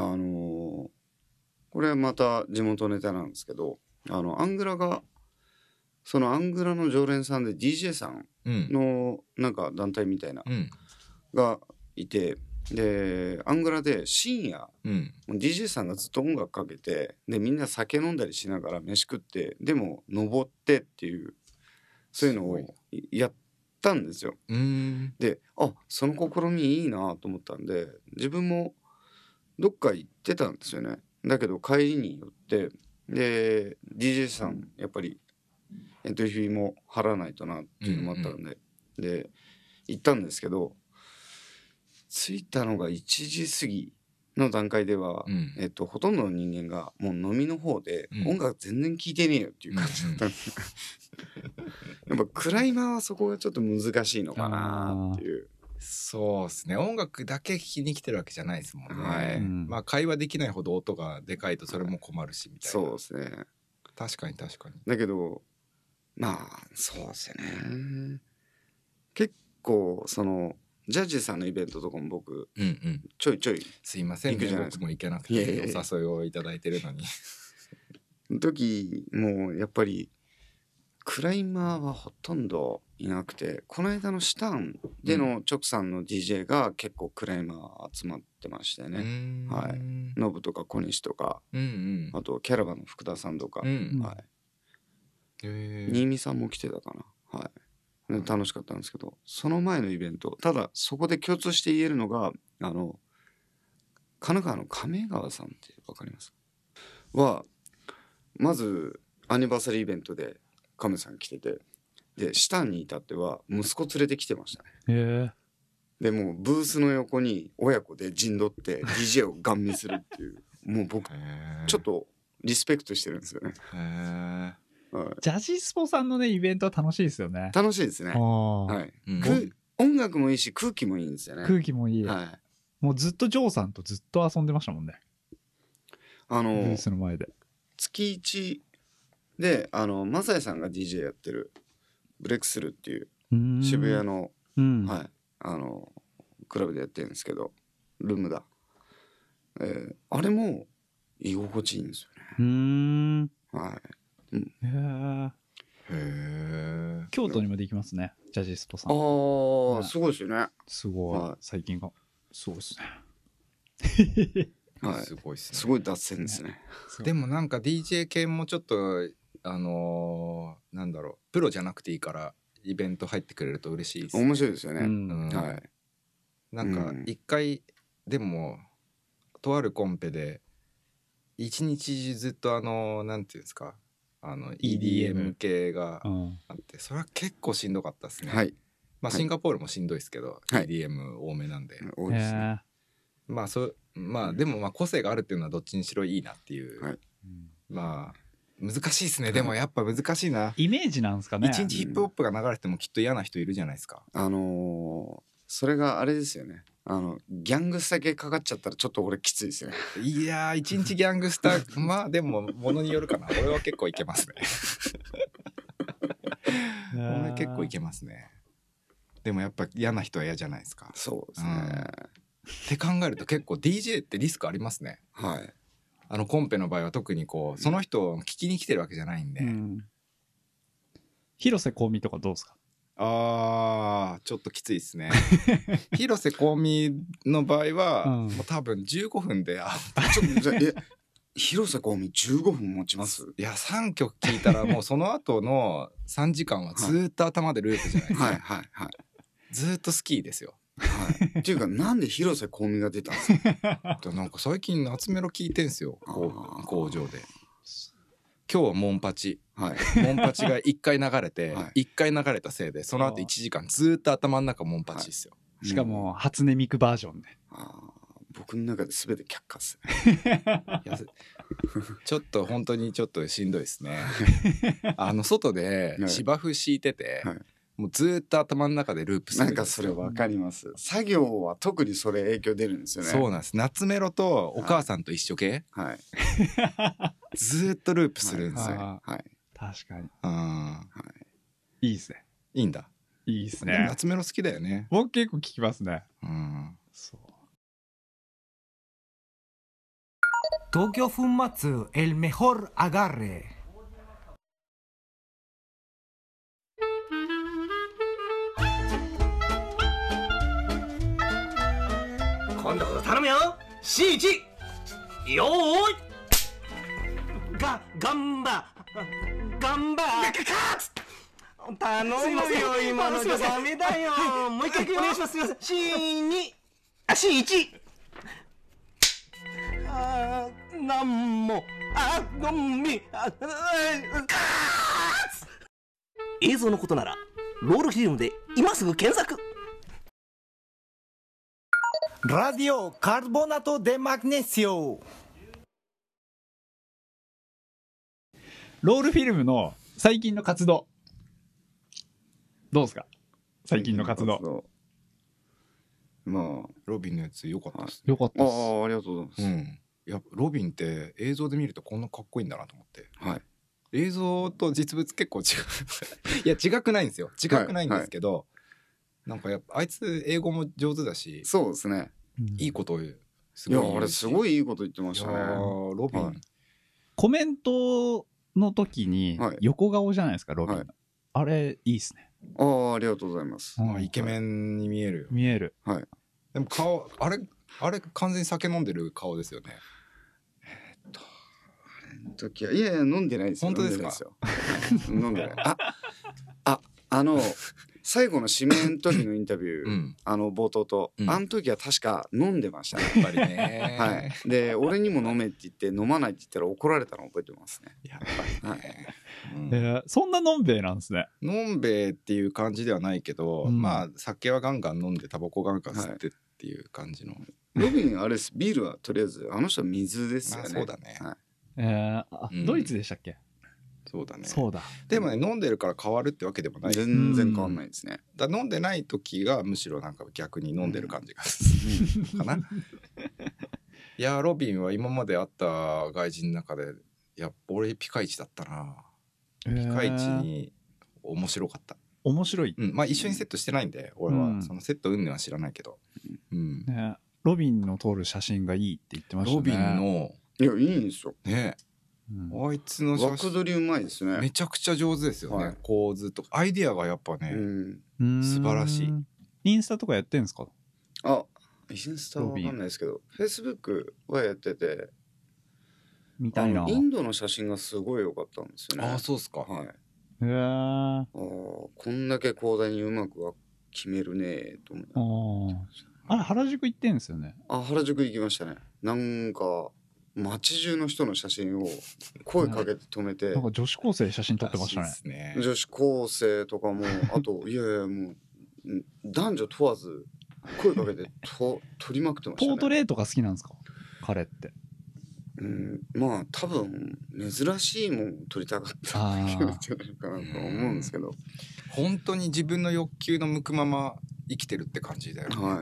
これはまた地元ネタなんですけど、アングラがそのアングラの常連さんで DJ さんのなんか団体みたいながいて、でアングラで深夜、DJ さんがずっと音楽かけてでみんな酒飲んだりしながら飯食ってでも登ってっていうそういうのをやったんですよ。でその試みいいなと思ったんで自分もどっか行ってたんですよね。だけど帰りによってで DJ さんやっぱりエントリーフィーも払わないとなっていうのもあったんで、で行ったんですけど着いたのが1時過ぎの段階では、ほとんどの人間がもう飲みの方で、音楽全然聴いてねえよっていう感じだったんです、やっぱクライマーはそこがちょっと難しいのかなっていう。 そうですね、音楽だけ聴きに来てるわけじゃないですもんね、まあ会話できないほど音がでかいとそれも困るしみたいな。 そうですね、 確かに確かに。 だけどまあそうですよね、結構そのジャッジさんのイベントとかも僕、ちょいちょいすいませんね、僕も行けなくてお誘いをいただいてるのにの時もうやっぱりクライマーはほとんどいなくて、この間のシタンでのチョクさんの DJ が結構クライマー集まってましてね、はい、ノブとか小西とか、あとキャラバンの福田さんとか、はい、新見さんも来てたかな、はい、楽しかったんですけど、その前のイベント、ただそこで共通して言えるのが神奈川の亀川さんって分かりますは、まずアニバーサリーイベントで亀さん来てて、でシタンに至っては息子連れてきてましたね。でもうブースの横に親子で陣取って DJ をガン見するっていうもう僕ちょっとリスペクトしてるんですよね。 ジャジスポさんのねイベントは楽しいですよね。 楽しいですね、はい、音楽もいいし空気もいいんですよね。 空気もいい、はい、もうずっとジョーさんとずっと遊んでましたもんね、ブースの前で。 月1でマサヤさんが DJ やってるブレックスルーっていう渋谷の、はい、クラブでやってるんですけど、ルームだ、あれも居心地いいんですよね。はい、 京都にもできますね、ジャジスポさん。 すごいですよね。 すごい、最近がすごいですね。はい、すごいですね。すごい脱線ですね。 でもなんか DJ 系もちょっとなんだろう、プロじゃなくていいからイベント入ってくれると嬉しいですね。 面白いですよね、はい。 なんか一回でもとあるコンペで一日中ずっとなんていうんですか、EDM 系があって、それは結構しんどかったですね、はい。まあシンガポールもしんどいですけど、はい、EDM 多めなんで、多いですね。まあでもまあ個性があるっていうのはどっちにしろいいなっていう、はい、まあ難しいですね。でもやっぱ難しいな。 イメージなんですかね。 一日ヒップホップが流れてもきっと嫌な人いるじゃないですか。 それがあれですよね。ギャングスタ系かかっちゃったらちょっと俺きついですよね。 いやー、一日ギャングスタまあでもものによるかな。俺は結構いけますね。俺結構いけますね。でもやっぱ嫌な人は嫌じゃないですか。 そうですね。 って考えると結構 DJ ってリスクありますね。はい。コンペの場合は特にこうその人を聞きに来てるわけじゃないんで、 広瀬香美とかどうですか？ ちょっときついですね。広瀬香美の場合は、もう多分15分で広瀬香美15分持ちます？ いや3曲聴いたらもうその後の3時間はずっと頭でループじゃないですか。はいはいはい。ずっとスキーですよ。 はい、っていうかなんで広瀬香美が出たんですか？ なんか最近夏メロ聞いてんすよ、工場で。今日はモンパチ、はい、モンパチが1回流れて、はい、1回流れたせいでその後1時間ずっと頭の中モンパチですよ、 はい、しかも初音ミクバージョンで、 僕の中で全て却下っすちょっと本当にちょっとしんどいですね。外で芝生敷いてて、はい、もうずっと頭の中でループする。 なんかそれ分かります。作業は特にそれ影響出るんですよね。 そうなんです。夏メロとお母さんと一緒系、はい、ずっとループするんですよ。 はい、確かに。はい、いいですね。 いいんだ。 いいですね。 夏メロ好きだよね。 僕結構聞きますね。 そう。東京粉末 el mejor agarre。 今度こそ頼むよ。C1 よーい。ガンバ頼むよ。今のじゃダメだよ。もう一回お願いします。すいません。C2 C1 なんもごみ映像のことならロールフィルムで今すぐ検索。 Radio Carbonato de Magnesio。 ロールフィルムの最近の活動どうですか？最近の活動。 まあロビンのやつ良かったですね。 よかったです。 ああ、ありがとうございます。 うん。いやロビンって映像で見るとこんなかっこいいんだなと思って。 はい。 映像と実物結構違う。いや違くないんですよ。違くないんですけど、なんかやっぱあいつ英語も上手だし、 そうですね。 いいことをすいや、 ごい言うし。 あれすごいいいこと言ってましたね。 ロビン、 はいコメントの時に横顔じゃないですか、ロビンの。あれいいっすね。 ああ、ありがとうございます。 イケメンに見えるよ。 見える。 はい。 でも顔あれ完全に酒飲んでる顔ですよね。 時はいやいや飲んでないですよ。 本当ですか？ 飲んでない。最後の指名の時のインタビュー、冒頭と、あの時は確か飲んでましたね。 やっぱりね。 はい。で俺にも飲めって言って飲まないって言ったら怒られたのを覚えてますね。 やっぱりね。 そんなのんべえなんですね。 のんべえっていう感じではないけど、まあ酒はガンガン飲んでタバコガンガン吸ってっていう感じの。 ロビンあれです。ビールはとりあえずあの人は水ですよね。 そうだね。 ドイツでしたっけ？ そうだね。 そうだ。 でもね飲んでるから変わるってわけでもない。 全然変わんないですね。 だ飲んでない時がむしろなんか逆に飲んでる感じがするかな。いやロビンは今まで会った外人の中でやっぱ俺ピカイチだったな。ピカイチに面白かった。 面白い。 まあ一緒にセットしてないんで俺はそのセット云々は知らないけど。 ロビンの撮る写真がいいって言ってましたね。 ロビンのいやいいんですよ。 ね。あいつの枠取りうまいですね。 めちゃくちゃ上手ですよね。構図とかアイディアがやっぱね素晴らしい。 インスタとかやってんですか？ インスタはわかんないですけど、フェイスブックはやってて、 みたいな。 インドの写真がすごい良かったんですよね。 あ、そうですか。 はい。 こんだけ広大にうまくは決めるねと思って。 あれ原宿行ってんですよね。 原宿行きましたね。なんか街中の人の写真を声かけて止めて、 なんか女子高生写真撮ってましたね。女子高生とかもあといやいやもう男女問わず声かけて撮りまくってましたね。 ポートレートが好きなんですか彼って。 まあ多分珍しいもん撮りたかったんじゃないかなと思うんですけど、 本当に自分の欲求の向くまま生きてるって感じだよね。 はい。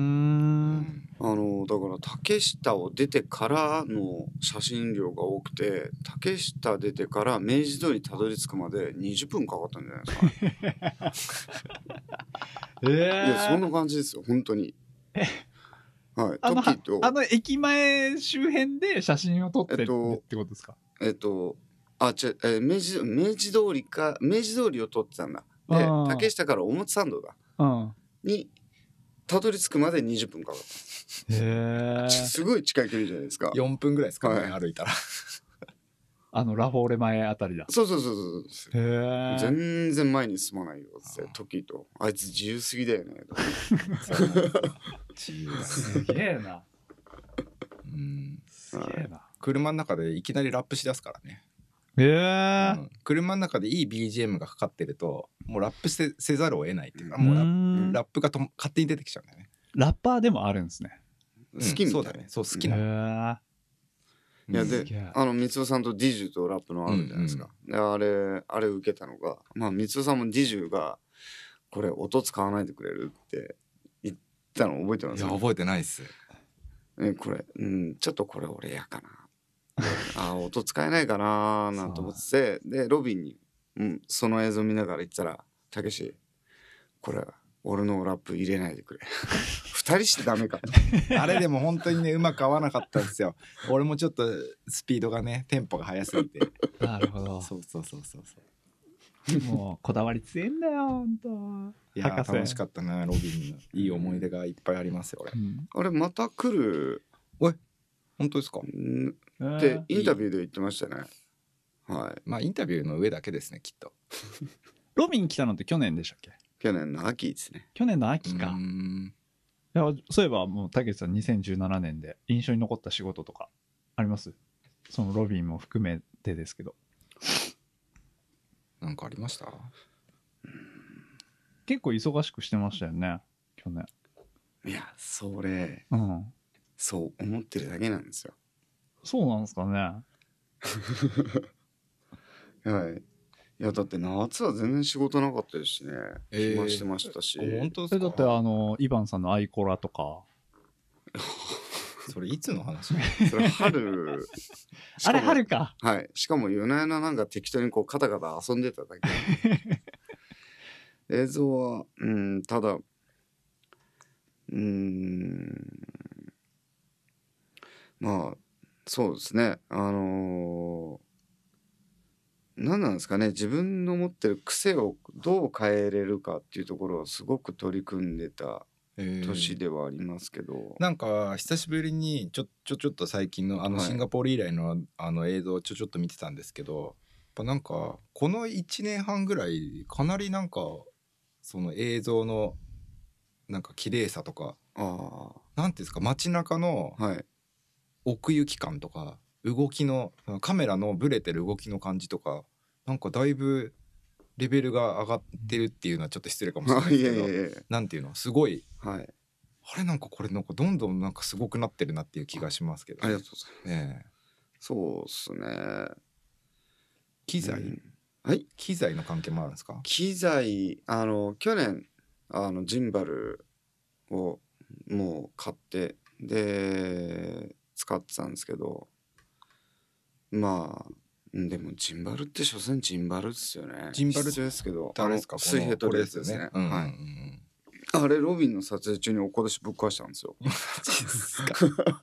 だから竹下を出てからの写真量が多くて、竹下出てから明治通りたどり着くまで20分かかったんじゃないですか。いやそんな感じですよ本当に。はい。 あの駅前周辺で写真を撮ってるってことですか？ 明治通りを撮ってたんだ。で竹下から表参道だにたどり着くまで20分かかった。すごい近い距離じゃないですか。 4分ぐらいですかね、歩いたら。 ラフォーレ前あたりだ。 そう。全然前に進まないよって時と、あいつ自由すぎだよね。 自由すげえな。 すげえな。車の中でいきなりラップしだすからね。車の中でいい BGM がかかってるともうラップせざるを得ないっていうか、もうラップが勝手に出てきちゃうんだよね。 ラッパーでもあるんですね。 好きみたい。 そうだね。そう好きな。 いやで光夫さんとディジュとラップのあるじゃないですか。であれ受けたのが、まあ光夫さんもディジュがこれ音使わないでくれるって言ったの覚えてます？ いや覚えてないっす。 これちょっとこれ俺嫌かな。音使えないかななんて思ってて、でロビンに、その映像見ながら言ったら「たけしこれ俺のラップ入れないでくれ」2人してダメかあれでも本当にねうまく合わなかったんですよ。俺もちょっとスピードがねテンポが速すぎて。 なるほど。 そうもうこだわり強いんだよ本当。 いや楽しかったな。ロビンのいい思い出がいっぱいありますよ俺。 あれまた来る。 おい本当ですか？ ってインタビューで言ってましたね。はい。 まあインタビューの上だけですねきっと。 ロビン来たのって去年でしたっけ？ 去年の秋ですね。 去年の秋か。いやそういえばもうたけしさん2017年で印象に残った仕事とかあります？そのロビンも含めてですけど。 なんかありました？ 結構忙しくしてましたよね去年。 いやそれ、そう思ってるだけなんですよ。 そうなんですかね。 はい。いやだって夏は全然仕事なかったですしね。暇してましたし。 本当ですか？ だってイバンさんのアイコラとか。 それいつの話？ それ春。 あれ春か。 はい。しかも夜な夜ななんか適当にこうカタカタ遊んでただけ。映像はただまあそうですね。何なんですかね、自分の持ってる癖をどう変えれるかっていうところをすごく取り組んでた年ではありますけど、 なんか久しぶりにちょっと最近のシンガポール以来の映像をちょっと見てたんですけど、やっぱなんかこの1年半ぐらいかなりなんかその映像のなんか綺麗さとか、なんていうんですか、街中の奥行き感とか動きのカメラのブレてる動きの感じとか、なんかだいぶレベルが上がってるっていうのはちょっと失礼かもしれないですけど、なんていうのすごい、あれなんかこれなんかどんどんなんかすごくなってるなっていう気がしますけど、 ありがとうございます。そうですね。 機材、機材の関係もあるんですか？ 機材去年ジンバルをもう買ってで使ってたんですけど、まあでもジンバルって所詮ジンバルですよね。 ジンバル必要ですけど、 誰ですか？ 水平取るやつですね。あれロビンの撮影中におこどしぶっ壊したんですよ。マジですか？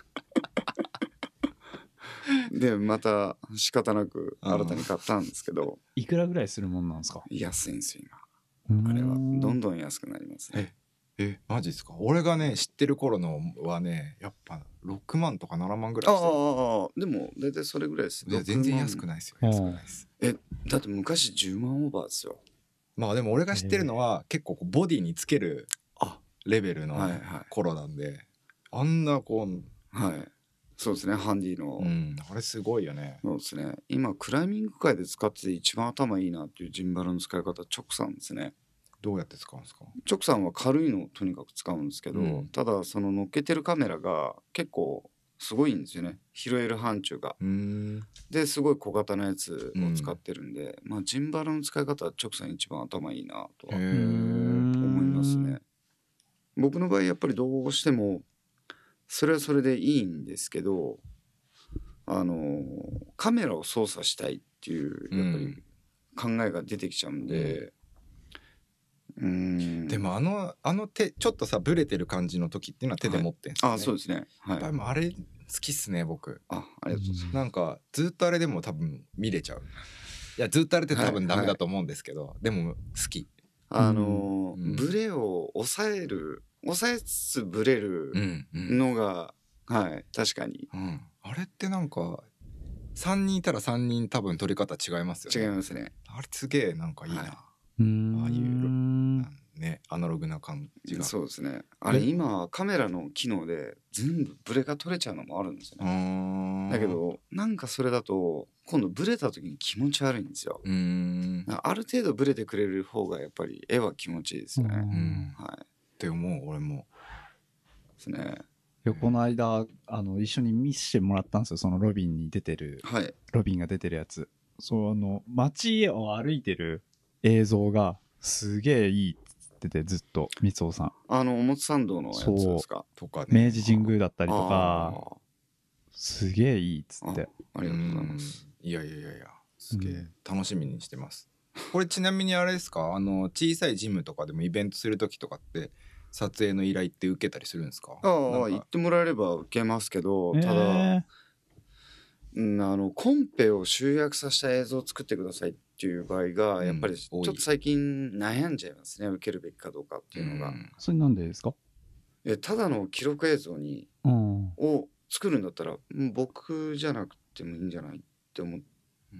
でまた仕方なく新たに買ったんですけど、 いくらぐらいするもんなんですか？ 安いんですよ今。あれはどんどん安くなりますね。 マジですか？俺がね知ってる頃のはねやっぱ6万とか7万ぐらいしてる。 でも大体それぐらいです。 全然安くないですよ。安くないです。 だって昔10万オーバーですよ。 まあでも俺が知ってるのは結構ボディにつけるレベルの頃なんで、あんなこうそうですね、ハンディの、 あれすごいよね。 そうですね。今クライミング界で使ってて一番頭いいなっていうジンバルの使い方、直さんですね。 どうやって使うんですか？ 直さんは軽いのをとにかく使うんですけど、ただその乗っけてるカメラが結構すごいんですよね。拾える範疇が。ですごい小型のやつを使ってるんで、まあジンバルの使い方は直さん一番頭いいなとは思いますね。僕の場合やっぱりどうしてもそれはそれでいいんですけど、カメラを操作したいっていうやっぱり考えが出てきちゃうんで、 でも手ちょっとさブレてる感じの時っていうのは手で持ってんすよね。 そうですね。 やっぱりあれ好きっすね僕。 ありがとうございます。 なんかずっとあれでも多分見れちゃう。いやずっとあれって多分ダメだと思うんですけど、でも好き。 ブレを抑えつつブレるのが、確かに、 あれってなんか3人いたら3人多分撮り方違いますよね。 違いますね。 あれすげえなんかいいな、ああいうねアナログな感じが。 そうですね。あれ今カメラの機能で全部ブレが取れちゃうのもあるんですよね。だけどなんかそれだと今度ブレた時に気持ち悪いんですよ。ある程度ブレてくれる方がやっぱり絵は気持ちいいですよね。 って思う俺もですね。 この間一緒に見せてもらったんですよ、そのロビンに出てる、ロビンが出てるやつ。街を歩いてる映像がすげえいいって言ってて、ずっと三尾さん表参道のやつですかとか、 明治神宮だったりとかすげえいいっつって。 ありがとうございます。 いやすげえ楽しみにしてます。これちなみにあれですか、小さいジムとかでもイベントする時とかって撮影の依頼って受けたりするんですか？ 言ってもらえれば受けますけど、ただコンペを集約させた映像を作ってくださいっていう場合がやっぱりちょっと最近悩んじゃいますね、受けるべきかどうかっていうのが。 それなんでですか？ ただの記録映像にを作るんだったら僕じゃなくてもいいんじゃないって思って、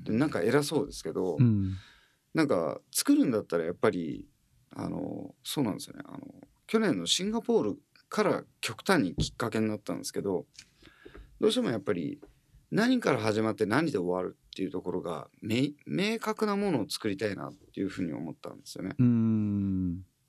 なんか偉そうですけど、なんか作るんだったらやっぱりそうなんですよね。去年のシンガポールから極端にきっかけになったんですけど、どうしてもやっぱり何から始まって何で終わるっていうところが明確なものを作りたいなっていうふうに思ったんですよね。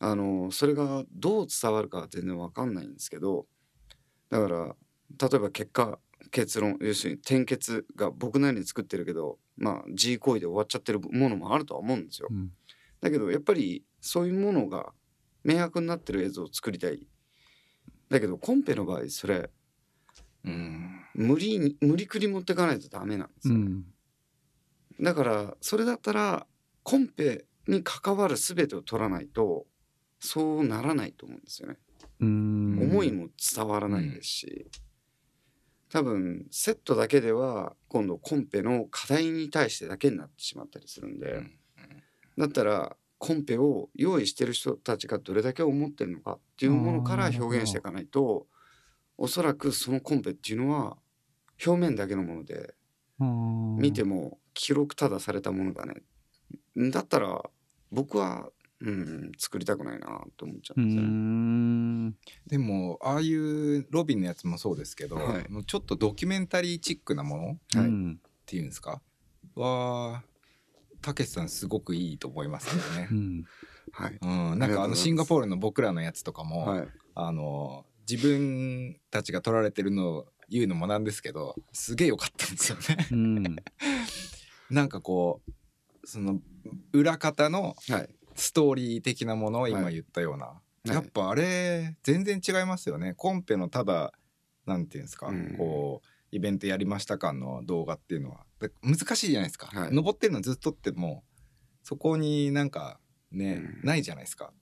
それがどう伝わるかは全然わかんないんですけど、だから例えば結論、要するに点結が僕なりに作ってるけど、まあ G 行為で終わっちゃってるものもあるとは思うんですよ、だけどやっぱりそういうものが明白になってる映像を作りたい。だけどコンペの場合それ、無理くり持ってかないとダメなんですよ、だからそれだったらコンペに関わる全てを取らないとそうならないと思うんですよね。思いも伝わらないですし、多分セットだけでは今度コンペの課題に対してだけになってしまったりするんで、だったらコンペを用意してる人たちがどれだけ思ってるのかっていうものから表現していかないと、おそらくそのコンペっていうのは表面だけのもので、見ても記録ただされたものだね、だったら僕は作りたくないなと思っちゃうんですよね。 でもああいうロビンのやつもそうですけど、ちょっとドキュメンタリーチックなもの、っていうんですかはたけしさんすごくいいと思いますけどね。なんかシンガポールの僕らのやつとかも、自分たちが撮られてるのを言うのもなんですけどすげえ良かったんですよね。なんかこうその裏方のストーリー的なものを今言ったような、やっぱあれ全然違いますよね。コンペのただなんていうんですか、こうイベントやりました感の動画っていうのは難しいじゃないですか、登ってるのずっとってもそこになんかね、ないじゃないですか。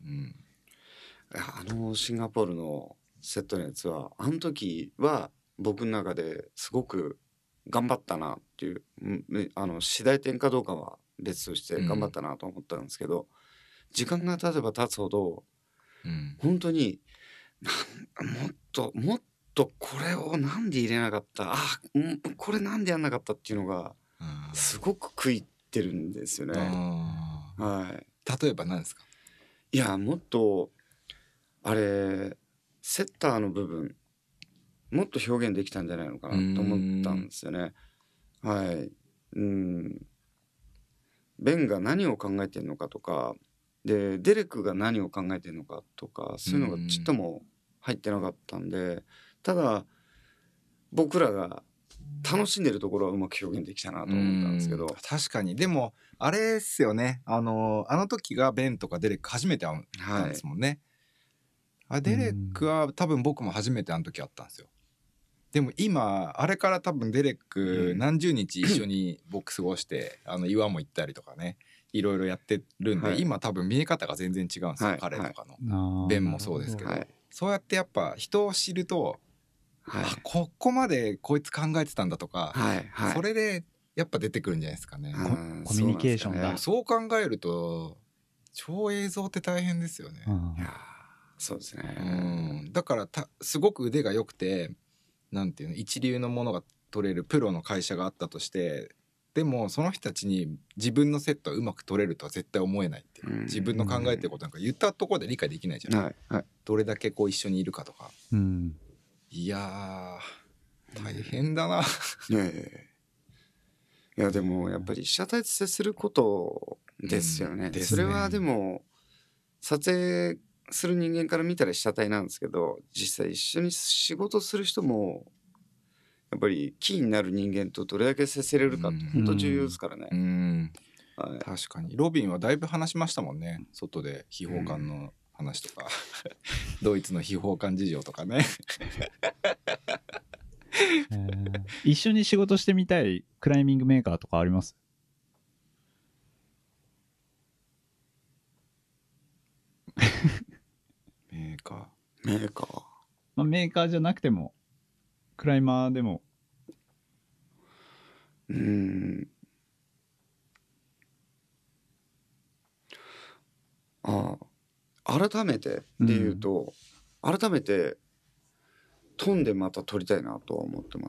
シンガポールのセットのやつはあの時は僕の中ですごく頑張ったなっていう、次第点かどうかは別として頑張ったなと思ったんですけど、時間が経てば経つほど、本当にもっとこれをなんで入れなかった、これなんでやんなかったっていうのがすごく食いってるんですよね。 例えば何ですか？ いやもっとあれセッターの部分もっと表現できたんじゃないのかなと思ったんですよね。ベンが何を考えてるのかとかでデレクが何を考えてるのかとかそういうのがちっとも入ってなかったんで、ただ僕らが楽しんでるところはうまく表現できたなと思ったんですけど。 確かに。でもあれっすよね、あの時がベンとかデレク初めて会ったんですもんね。デレックは多分僕も初めてあの時会ったんですよ。でも今あれから多分デレック何十日一緒に僕過ごして岩も行ったりとかねいろいろやってるんで、今多分見え方が全然違うんですよ、彼とかの。ベンもそうですけど、そうやってやっぱ人を知ると、ここまでこいつ考えてたんだとか、それでやっぱ出てくるんじゃないですかね。 コミュニケーションだ。 そう考えると超映像って大変ですよね。 いやそうですね。 だからすごく腕が良くてなんていうの一流のものが取れるプロの会社があったとして、でもその人たちに自分のセットはうまく取れるとは絶対思えないっていう、自分の考えてることなんか言ったところで理解できないじゃない、どれだけこう一緒にいるかとか、いやー大変だな。 いやでもやっぱり被写体と接することですよね。それはでも撮影する人間から見たら被写体なんですけど、実際一緒に仕事する人もやっぱりキーになる人間とどれだけ接せれるかって本当重要ですからね。 確かにロビンはだいぶ話しましたもんね、外で秘宝館の話とかドイツの秘宝館事情とかね。 一緒に仕事してみたいクライミングメーカーとかあります？ メーカー、 まあ、メーカーじゃなくてもクライマーでも。 改めてで言うと、改めて飛んでまた撮りたいなとは思ってます。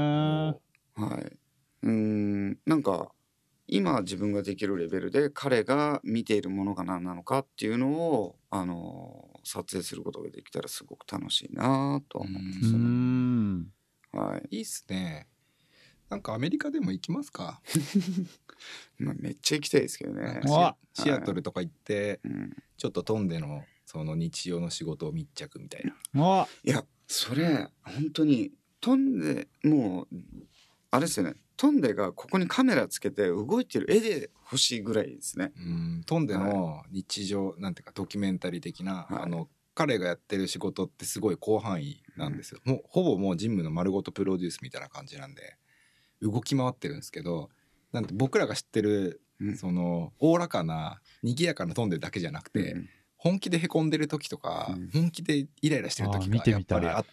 なんか今自分ができるレベルで彼が見ているものが何なのかっていうのを撮影することができたらすごく楽しいなと思うんですよね。 いいっすね。 なんかアメリカでも行きますか？ まあめっちゃ行きたいですけどね。 シアトルとか行って、ちょっとトンデのその日常の仕事を密着みたいな。 いやそれ本当にトンデもうあれですよね。トンデがここにカメラつけて動いてる絵で欲しいぐらいですね。 トンデの日常、なんていうかドキュメンタリー的な、彼がやってる仕事ってすごい広範囲なんですよ。もうほぼもうジムの丸ごとプロデュースみたいな感じなんで動き回ってるんですけど、なんて僕らが知ってるそのおおらかな賑やかなトンデだけじゃなくて、本気でへこんでる時とか、本気でイライラしてる時がやっぱりあって、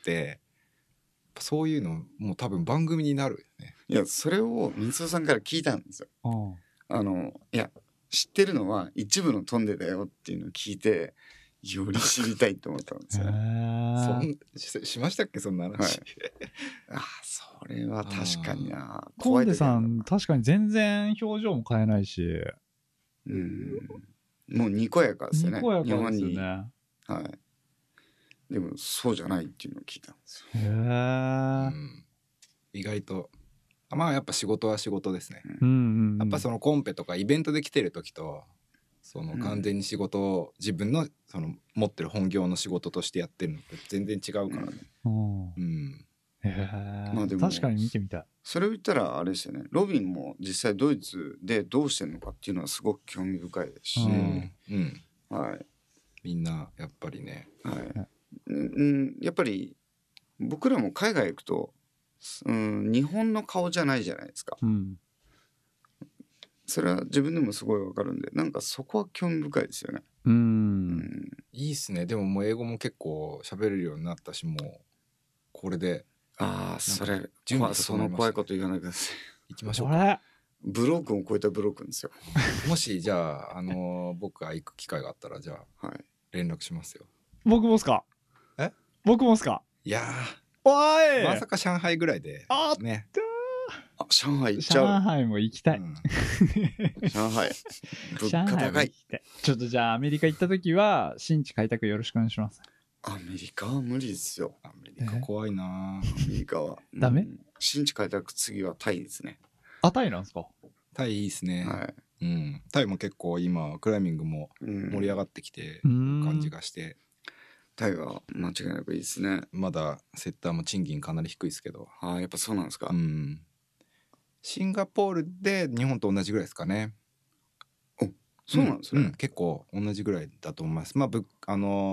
そういうのもう多分番組になるよね。 いやそれを光雄さんから聞いたんですよ。いや知ってるのは一部のトンデだよっていうのを聞いて、より知りたいと思ったんですよ。 しましたっけそんな話。 それは確かにな。 トンデさん確かに全然表情も変えないし、 もうにこやかですよね。 にこやかですよね。 はい。でもそうじゃないっていうのを聞いたんですよ。 意外とまあやっぱ仕事は仕事ですね。やっぱそのコンペとかイベントで来てる時と、その完全に仕事を自分のその持ってる本業の仕事としてやってるのって全然違うからね。 まあでも確かに見てみたい。 それを言ったらあれですよね。ロビンも実際ドイツでどうしてるのかっていうのはすごく興味深いですし、はい。 みんなやっぱりね、 はい。やっぱり僕らも海外行くと、日本の顔じゃないじゃないですか。それは自分でもすごいわかるんで、なんかそこは興味深いですよね。 いいっすね。でももう英語も結構喋れるようになったし、もうこれで。 それその怖いこと言わないでください。 行きましょうか。 ブロークンを超えたブロークンですよ。 もしじゃあ僕が行く機会があったら、じゃあ連絡しますよ。 僕もっすか？僕もっすか？ いやおい、 まさか上海ぐらいでね。 上海行っちゃう。 上海も行きたい。 上海物価高い。 ちょっとじゃあアメリカ行った時は新地開拓よろしくお願いします。 アメリカは無理ですよ。 アメリカ怖いな。 アメリカはダメ？ 新地開拓次はタイですね。 タイなんですか？ タイいいですね。タイも結構今クライミングも盛り上がってきて感じがして。 タイは間違いなくいいですね。 まだセッターも賃金かなり低いですけど。 やっぱそうなんですか。 シンガポールで日本と同じぐらいですかね。 そうなんですね。 結構同じぐらいだと思います。まあ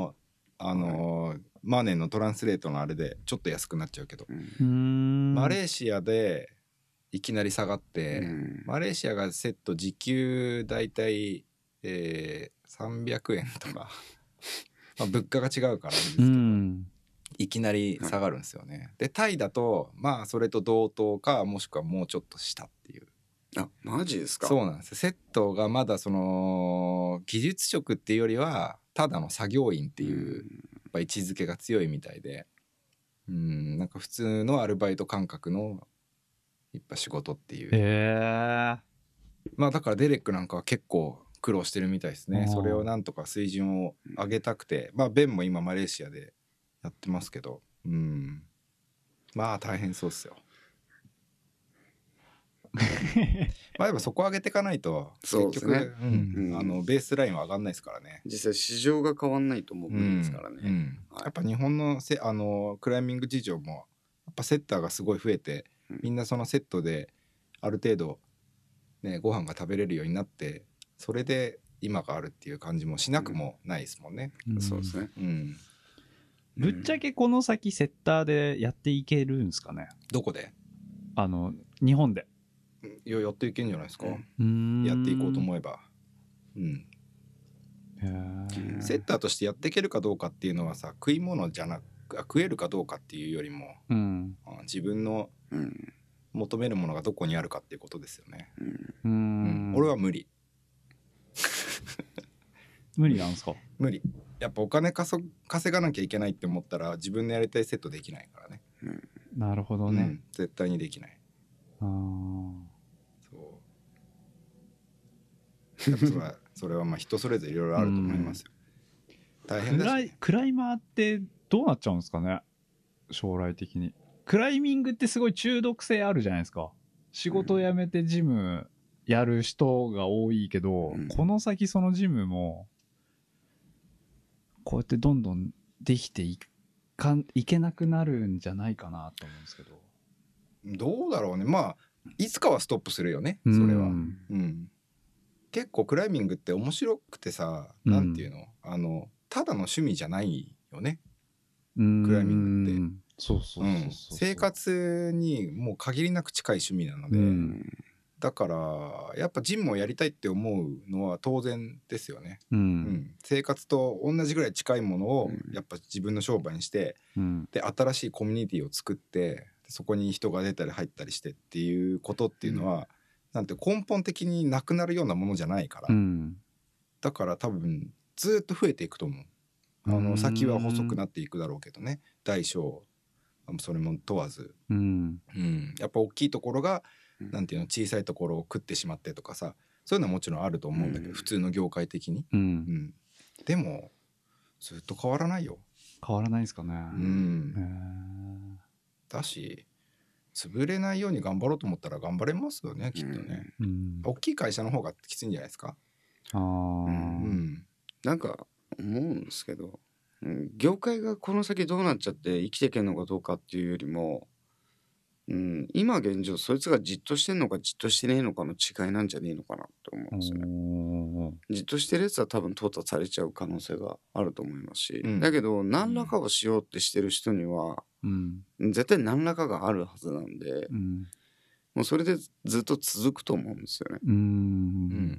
マネーのトランスレートのあれでちょっと安くなっちゃうけど、マレーシアでいきなり下がって、マレーシアがセット時給だいたい300円とか物価が違うからですけど、いきなり下がるんですよね。でタイだとまあそれと同等かもしくはもうちょっと下っていう。 マジですか？ そうなんですよ。セットがまだその技術職っていうよりはただの作業員っていうやっぱ位置づけが強いみたいで、なんか普通のアルバイト感覚のやっぱ仕事っていう。まあだからデレックなんかは結構苦労してるみたいですね。それをなんとか水準を上げたくて、まあベンも今マレーシアでやってますけど、まあ大変そうっすよ。まあでもそこ上げていかないと結局、ベースラインは上がんないですからね。 実際市場が変わんないと思うんですからね。 やっぱ日本のクライミング事情もやっぱセッターがすごい増えて、みんなそのセットである程度ねご飯が食べれるようになって、それで今があるっていう感じもしなくもないですもんね。 そうですね。 ぶっちゃけこの先セッターでやっていけるんですかね？ どこで？ 日本で。 やっていけんじゃないですか。やっていこうと思えば。セッターとしてやっていけるかどうかっていうのはさ、食い物じゃなく食えるかどうかっていうよりも、自分の求めるものがどこにあるかっていうことですよね。俺は無理。 無理なんですか？ 無理。やっぱお金稼がなきゃいけないって思ったら自分のやりたいセットできないからね。 なるほどね。 絶対にできない。それはまあ人それぞれいろいろあると思いますよ。大変だし。 クライマーってどうなっちゃうんですかね、将来的に。クライミングってすごい中毒性あるじゃないですか。 仕事を辞めてジムやる人が多いけど、この先そのジムもこうやってどんどんできていけなくなるんじゃないかなと思うんですけど。 どうだろうね。まあいつかはストップするよね、それは。結構クライミングって面白くてさ、なんていうの、ただの趣味じゃないよね、クライミングって。そう生活にもう限りなく近い趣味なので、だからやっぱジムをやりたいって思うのは当然ですよね。生活と同じぐらい近いものをやっぱ自分の商売にして、で新しいコミュニティを作って、そこに人が出たり入ったりしてっていうことっていうのは、なんて根本的になくなるようなものじゃないから、だから多分ずっと増えていくと思う。先は細くなっていくだろうけどね、大小それも問わず、やっぱ大きいところがなんていうの、小さいところを食ってしまってとかさ、そういうのはもちろんあると思うんだけど、普通の業界的に、でもずっと変わらないよ。 変わらないですかね。 だし潰れないように頑張ろうと思ったら頑張れますよね、きっとね。大きい会社の方がきついんじゃないですか。 なんか思うんですけど、業界がこの先どうなっちゃって生きていけんのかどうかっていうよりも、今現状そいつがじっとしてんのかじっとしてねえのかの違いなんじゃねえのかなって思うんですよね。じっとしてるやつは多分淘汰されちゃう可能性があると思いますし、だけど何らかをしようってしてる人には、絶対何らかがあるはずなんで、もうそれでずっと続くと思うんですよね。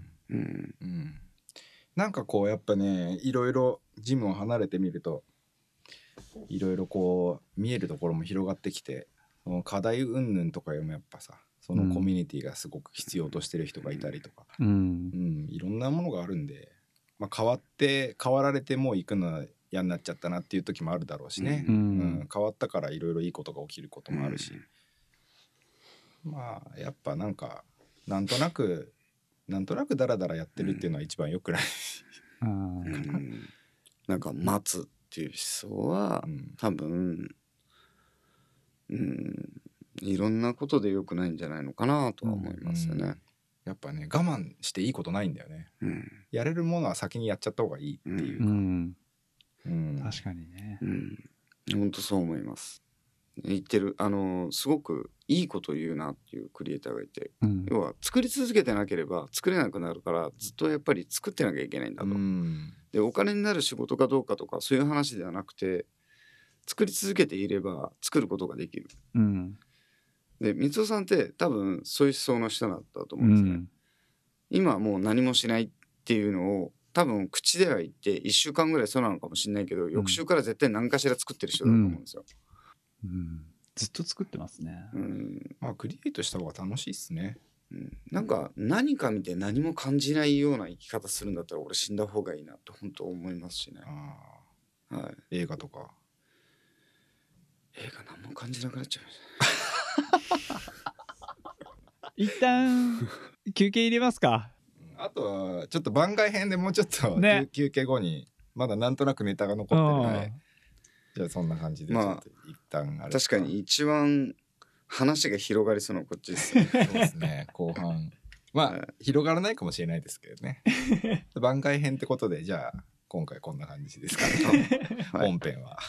なんかこうやっぱね、いろいろジムを離れてみるといろいろこう見えるところも広がってきて、その課題云々とかよりもやっぱさ、そのコミュニティがすごく必要としてる人がいたりとか、いろんなものがあるんで、変わられてもう行くのは嫌になっちゃったなっていう時もあるだろうしね、変わったからいろいろいいことが起きることもあるし、やっぱなんかなんとなくダラダラやってるっていうのは一番良くない。 なんか待つっていう思想は、多分いろんなことで良くないんじゃないのかなとは思いますよね。 やっぱね、我慢していいことないんだよね。やれるものは先にやっちゃった方がいいっていうか。 確かにね。 本当そう思います。言ってるすごくいいこと言うなっていうクリエイターがいて、要は作り続けてなければ作れなくなるから、ずっとやっぱり作ってなきゃいけないんだと。でお金になる仕事かどうかとかそういう話ではなくて、作り続けていれば作ることができる。で光雄さんって多分そういう思想の人だったと思うんですね。今もう何もしないっていうのを多分口では言って1週間ぐらいそうなのかもしれないけど、翌週から絶対何かしら作ってる人だと思うんですよ。 ずっと作ってますね。 クリエイトした方が楽しいっすね。 なんか何か見て何も感じないような生き方するんだったら俺死んだ方がいいなって本当思いますしね。 映画とか。 映画何も感じなくなっちゃう。 一旦休憩入れますか。 あとはちょっと番外編でもうちょっと、休憩後にまだなんとなくネタが残ってるので、じゃあそんな感じでちょっと一旦あれ、 確かに一番話が広がりそうなこっちですね。 そうですね、後半広がらないかもしれないですけどね。番外編ってことで、じゃあ今回こんな感じですかね。本編は。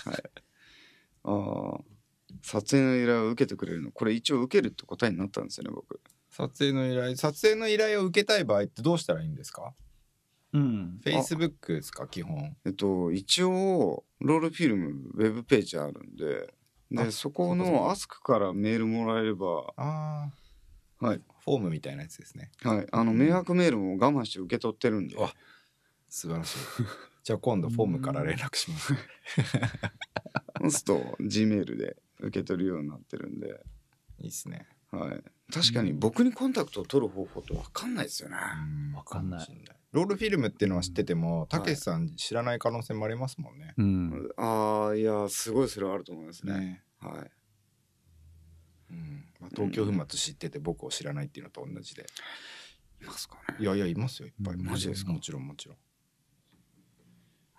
撮影の依頼を受けてくれるの、これ一応受けるって答えになったんですよね、僕。 撮影の依頼を受けたい場合ってどうしたらいいんですか？Facebook ですか、基本。 一応ロールフィルムウェブページあるんで、そこのアスクからメールもらえれば、 フォームみたいなやつですね。 迷惑メールも我慢して受け取ってるんで。 素晴らしい。じゃあ今度フォームから連絡します。 そうすると G メールで受け取るようになってるんで。 いいっすね。 確かに僕にコンタクトを取る方法って分かんないですよね。 分かんない。 ロールフィルムっていうのは知ってても、たけしさん知らない可能性もありますもんね。 いやすごいそれはあると思いますね。 東京粉末知ってて僕を知らないっていうのと同じで。 いますかね。 いやいますよ、いっぱい。 マジですか？ もちろん。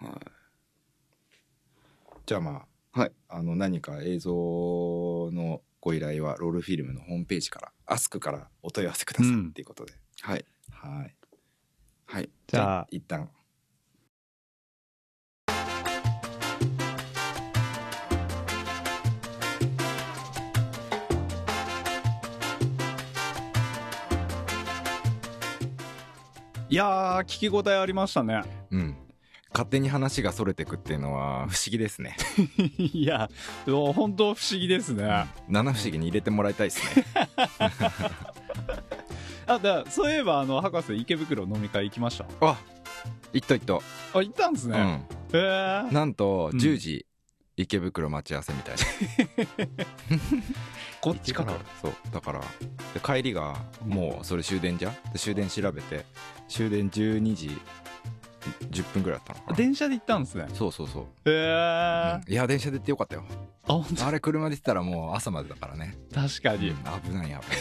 じゃあ何か映像のご依頼はロールフィルムのホームページからアスクからお問い合わせくださいっていうことで、 はいはいはい。 じゃあ一旦いやー、聞き応えありましたね。 うん。勝手に話がそれてくっていうのは不思議ですね。 いや、本当不思議ですね。 七不思議に入れてもらいたいですね。 そういえば博士池袋飲み会行きました？ あ、行ったあ、行ったんですね。 なんと10時、池袋待ち合わせみたいな。 こっちから。 そうだからで帰りがもうそれ終電じゃん。で終電調べて終電12時10分ぐらいだったのかな。 電車で行ったんですね。 そういや電車で行ってよかったよ。あれ車で行ったらもう朝までだからね。 確かに、 危ないいや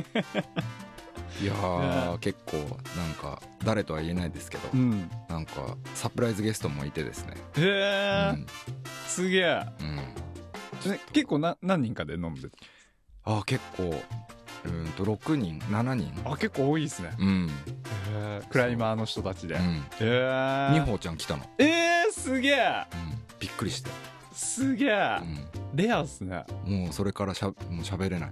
結構なんか誰とは言えないですけど、なんかサプライズゲストもいてですね。 すげえ。結構何人かで飲んで。 結構6人7人。 結構多いですね。クライマーの人たちで。 美穂ちゃん来たの。 すげえ。 びっくりして。 すげえ。レアっすね。 もうそれからもう喋れない。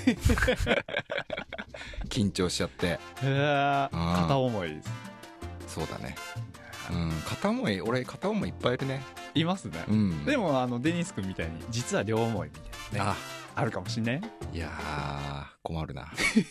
緊張しちゃって。 片思いです。 そうだね。片思い、俺片思いいっぱいいるね。 いますね。でもデニス君みたいに実は両思いみたいなね、あるかもしんない。 いやー困るな。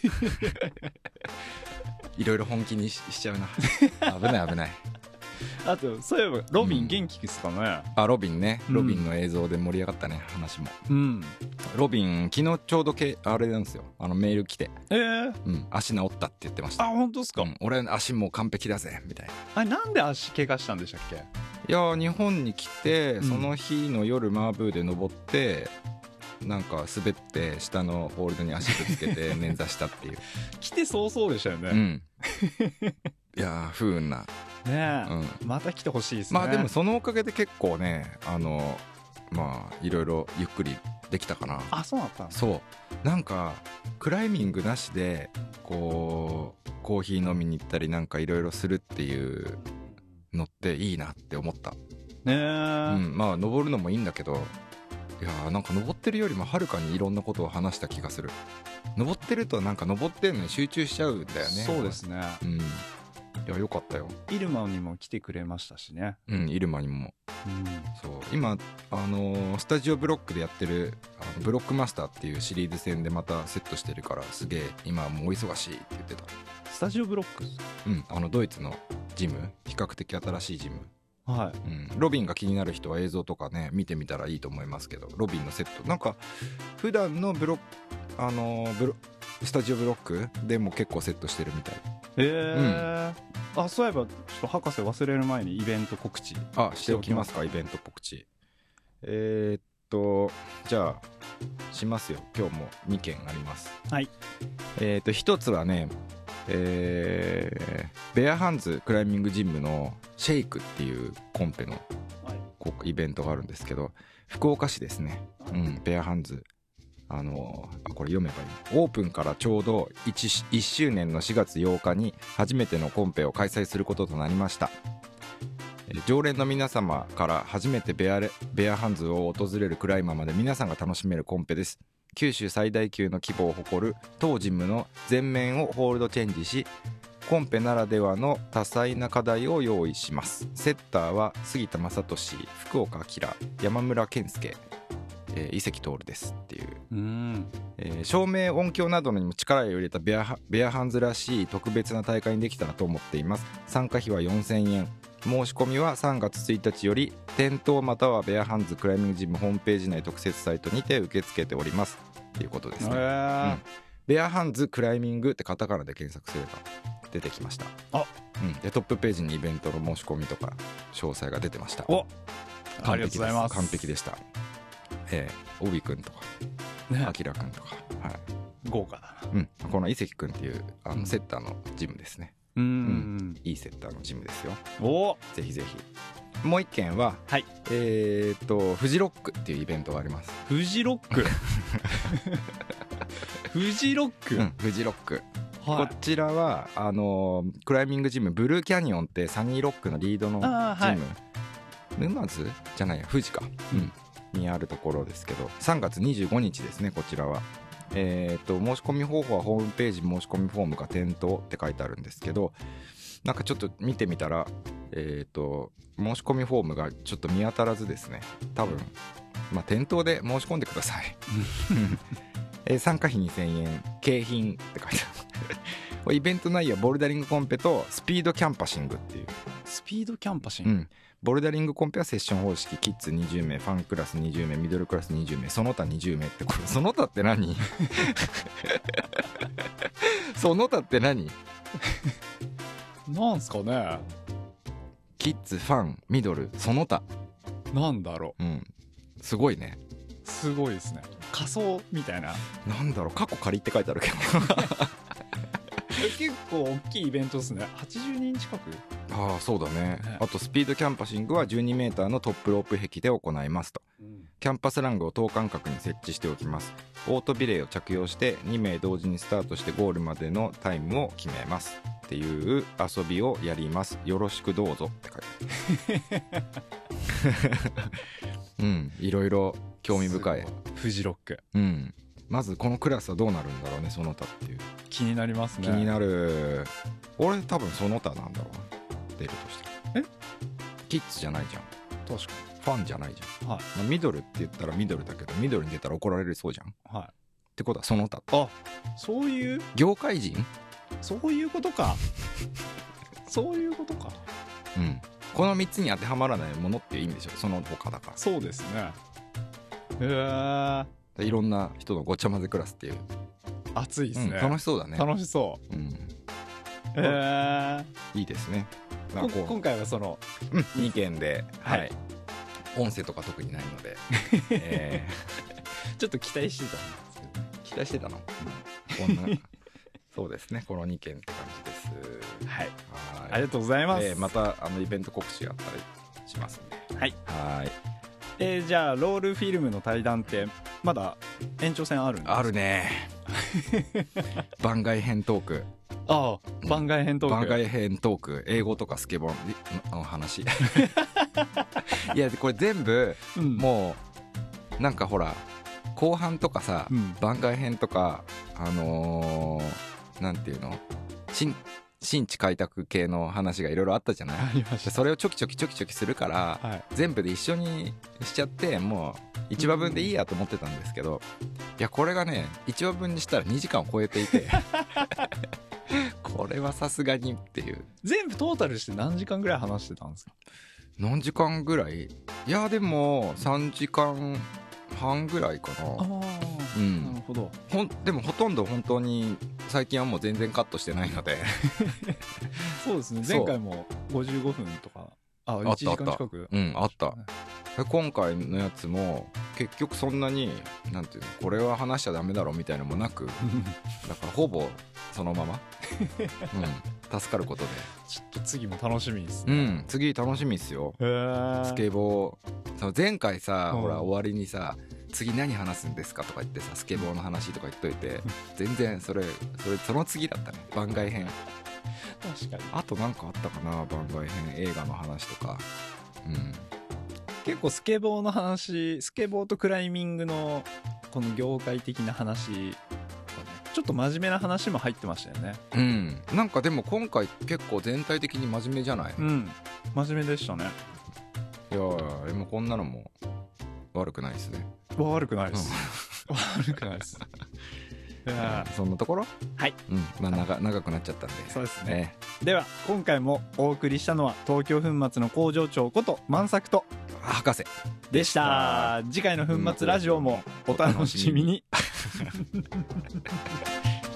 いろいろ本気に しちゃうな。危ない。 あとそういえばロビン元気ですかね。 ロビンね、ロビンの映像で盛り上がったね、話も。ロビン昨日ちょうどあれなんですよ、メール来て、足治ったって言ってました。 本当ですか？ 俺足もう完璧だぜみたいな。 なんで足怪我したんでしたっけ？ いや日本に来てその日の夜マーブーで登ってなんか滑って下のホールドに足ぶつけて捻挫したっていう。来て早々でしたよね。いや不運なねえ、また来てほしいですね。 でもそのおかげで結構ねいろいろゆっくりできたかな。 そうだったの。 そうなんかクライミングなしでこうコーヒー飲みに行ったりなんかいろいろするっていうのっていいなって思ったね。登るのもいいんだけど、いやなんか登ってるよりもはるかにいろんなことを話した気がする。登ってるとなんか登ってるのに集中しちゃうんだよね。 そうですね。 いやよかったよ。 イルマにも来てくれましたしね。 イルマにも。そう今スタジオブロックでやってるブロックマスターっていうシリーズ戦でまたセットしてるからすげえ今もうお忙しいって言ってた。 スタジオブロック？ ドイツのジム、比較的新しいジム。ロビンが気になる人は映像とかね見てみたらいいと思いますけど、ロビンのセットなんか普段のスタジオブロックでも結構セットしてるみたい。 そういえばちょっと博士忘れる前にイベント告知しておきますか。イベント告知じゃあしますよ。今日も2件あります。一つはねベアハンズクライミングジムのシェイクっていうコンペのイベントがあるんですけど、福岡市ですね。ベアハンズこれ読めばいい。オープンからちょうど 1周年の4月8日に初めてのコンペを開催することとなりました。常連の皆様から初めてベアハンズを訪れるクライマーまで皆さんが楽しめるコンペです。九州最大級の規模を誇る当ジムの全面をホールドチェンジし、コンペならではの多彩な課題を用意します。セッターは杉田正俊、福岡明、山村健介、伊関徹ですっていう、照明音響などにも力を入れたベアハンズらしい特別な大会にできたらと思っています。参加費は4000円。申し込みは3月1日より店頭またはベアハンズクライミングジムホームページ内特設サイトにて受け付けておりますっていうことですね。ベアハンズクライミングってカタカナで検索すれば出てきました。でトップページにイベントの申し込みとか詳細が出てました。 ありがとうございます。 完璧でした。帯くんとかあきらくんとか、 豪華だな。 この伊関くんっていうセッターのジムですね。いいセッターのジムですよ。ぜひぜひもう一件は、 はい、 フジロックっていうイベントがあります。 フジロックフジロック、 フジロック、 はい、 こちらはクライミングジムブルーキャニオンってサニーロックのリードのジム、はい、沼津じゃないや富士か、にあるところですけど、3月25日ですね。こちらは申し込み方法はホームページ申し込みフォームが店頭って書いてあるんですけど、なんかちょっと見てみたら申し込みフォームがちょっと見当たらずですね。多分店頭で申し込んでください参加費2000円景品って書いてあるイベント内容はボルダリングコンペとスピードキャンパシングっていう。 スピードキャンパシング、 ボルダリングコンペはセッション方式、キッズ20名、ファンクラス20名、ミドルクラス20名、その他20名って、これその他って何その他って何なんすかね。 キッズ、ファン、ミドル、その他なんだろう、 すごいね。 すごいですね。仮想みたいな。 なんだろう、過去仮って書いてあるけど結構大きいイベントですね。80人近く。 ああ、そうだね。あとスピードキャンパシングは12メーターのトップロープ壁で行いますと、キャンパスラングを等間隔に設置しておきます。オートビレーを着用して2名同時にスタートしてゴールまでのタイムを決めますっていう遊びをやります。よろしくどうぞって書いてあるいろいろ興味深い。 フジロック。 まずこのクラスはどうなるんだろうね、その他っていう。 気になりますね。 気になる。俺多分その他なんだろうな、出るとして。キッズじゃないじゃん。 確かに。 ファンじゃないじゃん。ミドルって言ったらミドルだけど、ミドルに出たら怒られるそうじゃん。ってことはその他。 そういう業界人。 そういうことかそういうことか。 この3つに当てはまらないものっていう意味でしょ、その他だから。 そうですね。 いろんな人のごちゃ混ぜクラスっていう。 熱いですね。 楽しそうだね。 楽しそう。 いいですね。 今回はその 2件で、音声とか特にないのでちょっと期待してたんですけど。 期待してたのこんなそうですね、この2件って感じです。 はい、ありがとうございます。 またイベント告知があったりしますんで。 じゃあロールフィルムの対談ってまだ延長戦あるんですか？ あるね番外編トーク。 番外編トーク。 番外編トーク、英語とかスケボーの話いやこれ全部、もうなんかほら後半とかさ、番外編とかなんていうの、新地開拓系の話がいろいろあったじゃない。それをちょきちょきするから、全部で一緒にしちゃって、もう1話分でいいやと思ってたんですけど、いやこれがね1話分にしたら2時間を超えていてこれはさすがにっていう。 全部トータルして何時間ぐらい話してたんですか？ 何時間ぐらい？いやでも3時間半ぐらいかな。 なるほど。 でもほとんど本当に最近はもう全然カットしてないのでそうですね。前回も55分とか1時間近くあった。今回のやつも結局そんなになんていうの、これは話しちゃダメだろみたいなのもなくだからほぼそのまま助かることで。 ちょっと次も楽しみですね。 次楽しみですよ。スケボー前回さ、ほら終わりにさ次何話すんですかとか言ってさ、スケボーの話とか言っといて全然その次だったね、番外編。 確かに。 あとなんかあったかな、番外編。映画の話とか。 結構スケボーの話、スケボーとクライミングのこの業界的な話、ちょっと真面目な話も入ってましたよね。 なんかでも今回結構全体的に真面目じゃない？ 真面目でしたね。 いやでもこんなのも悪くないですね。 悪くないです。悪くないです。 そんなところ？ はい。 長くなっちゃったんで。 そうですね。では今回もお送りしたのは東京粉末の工場長こと万作と博士でした。次回の粉末ラジオもお楽しみに。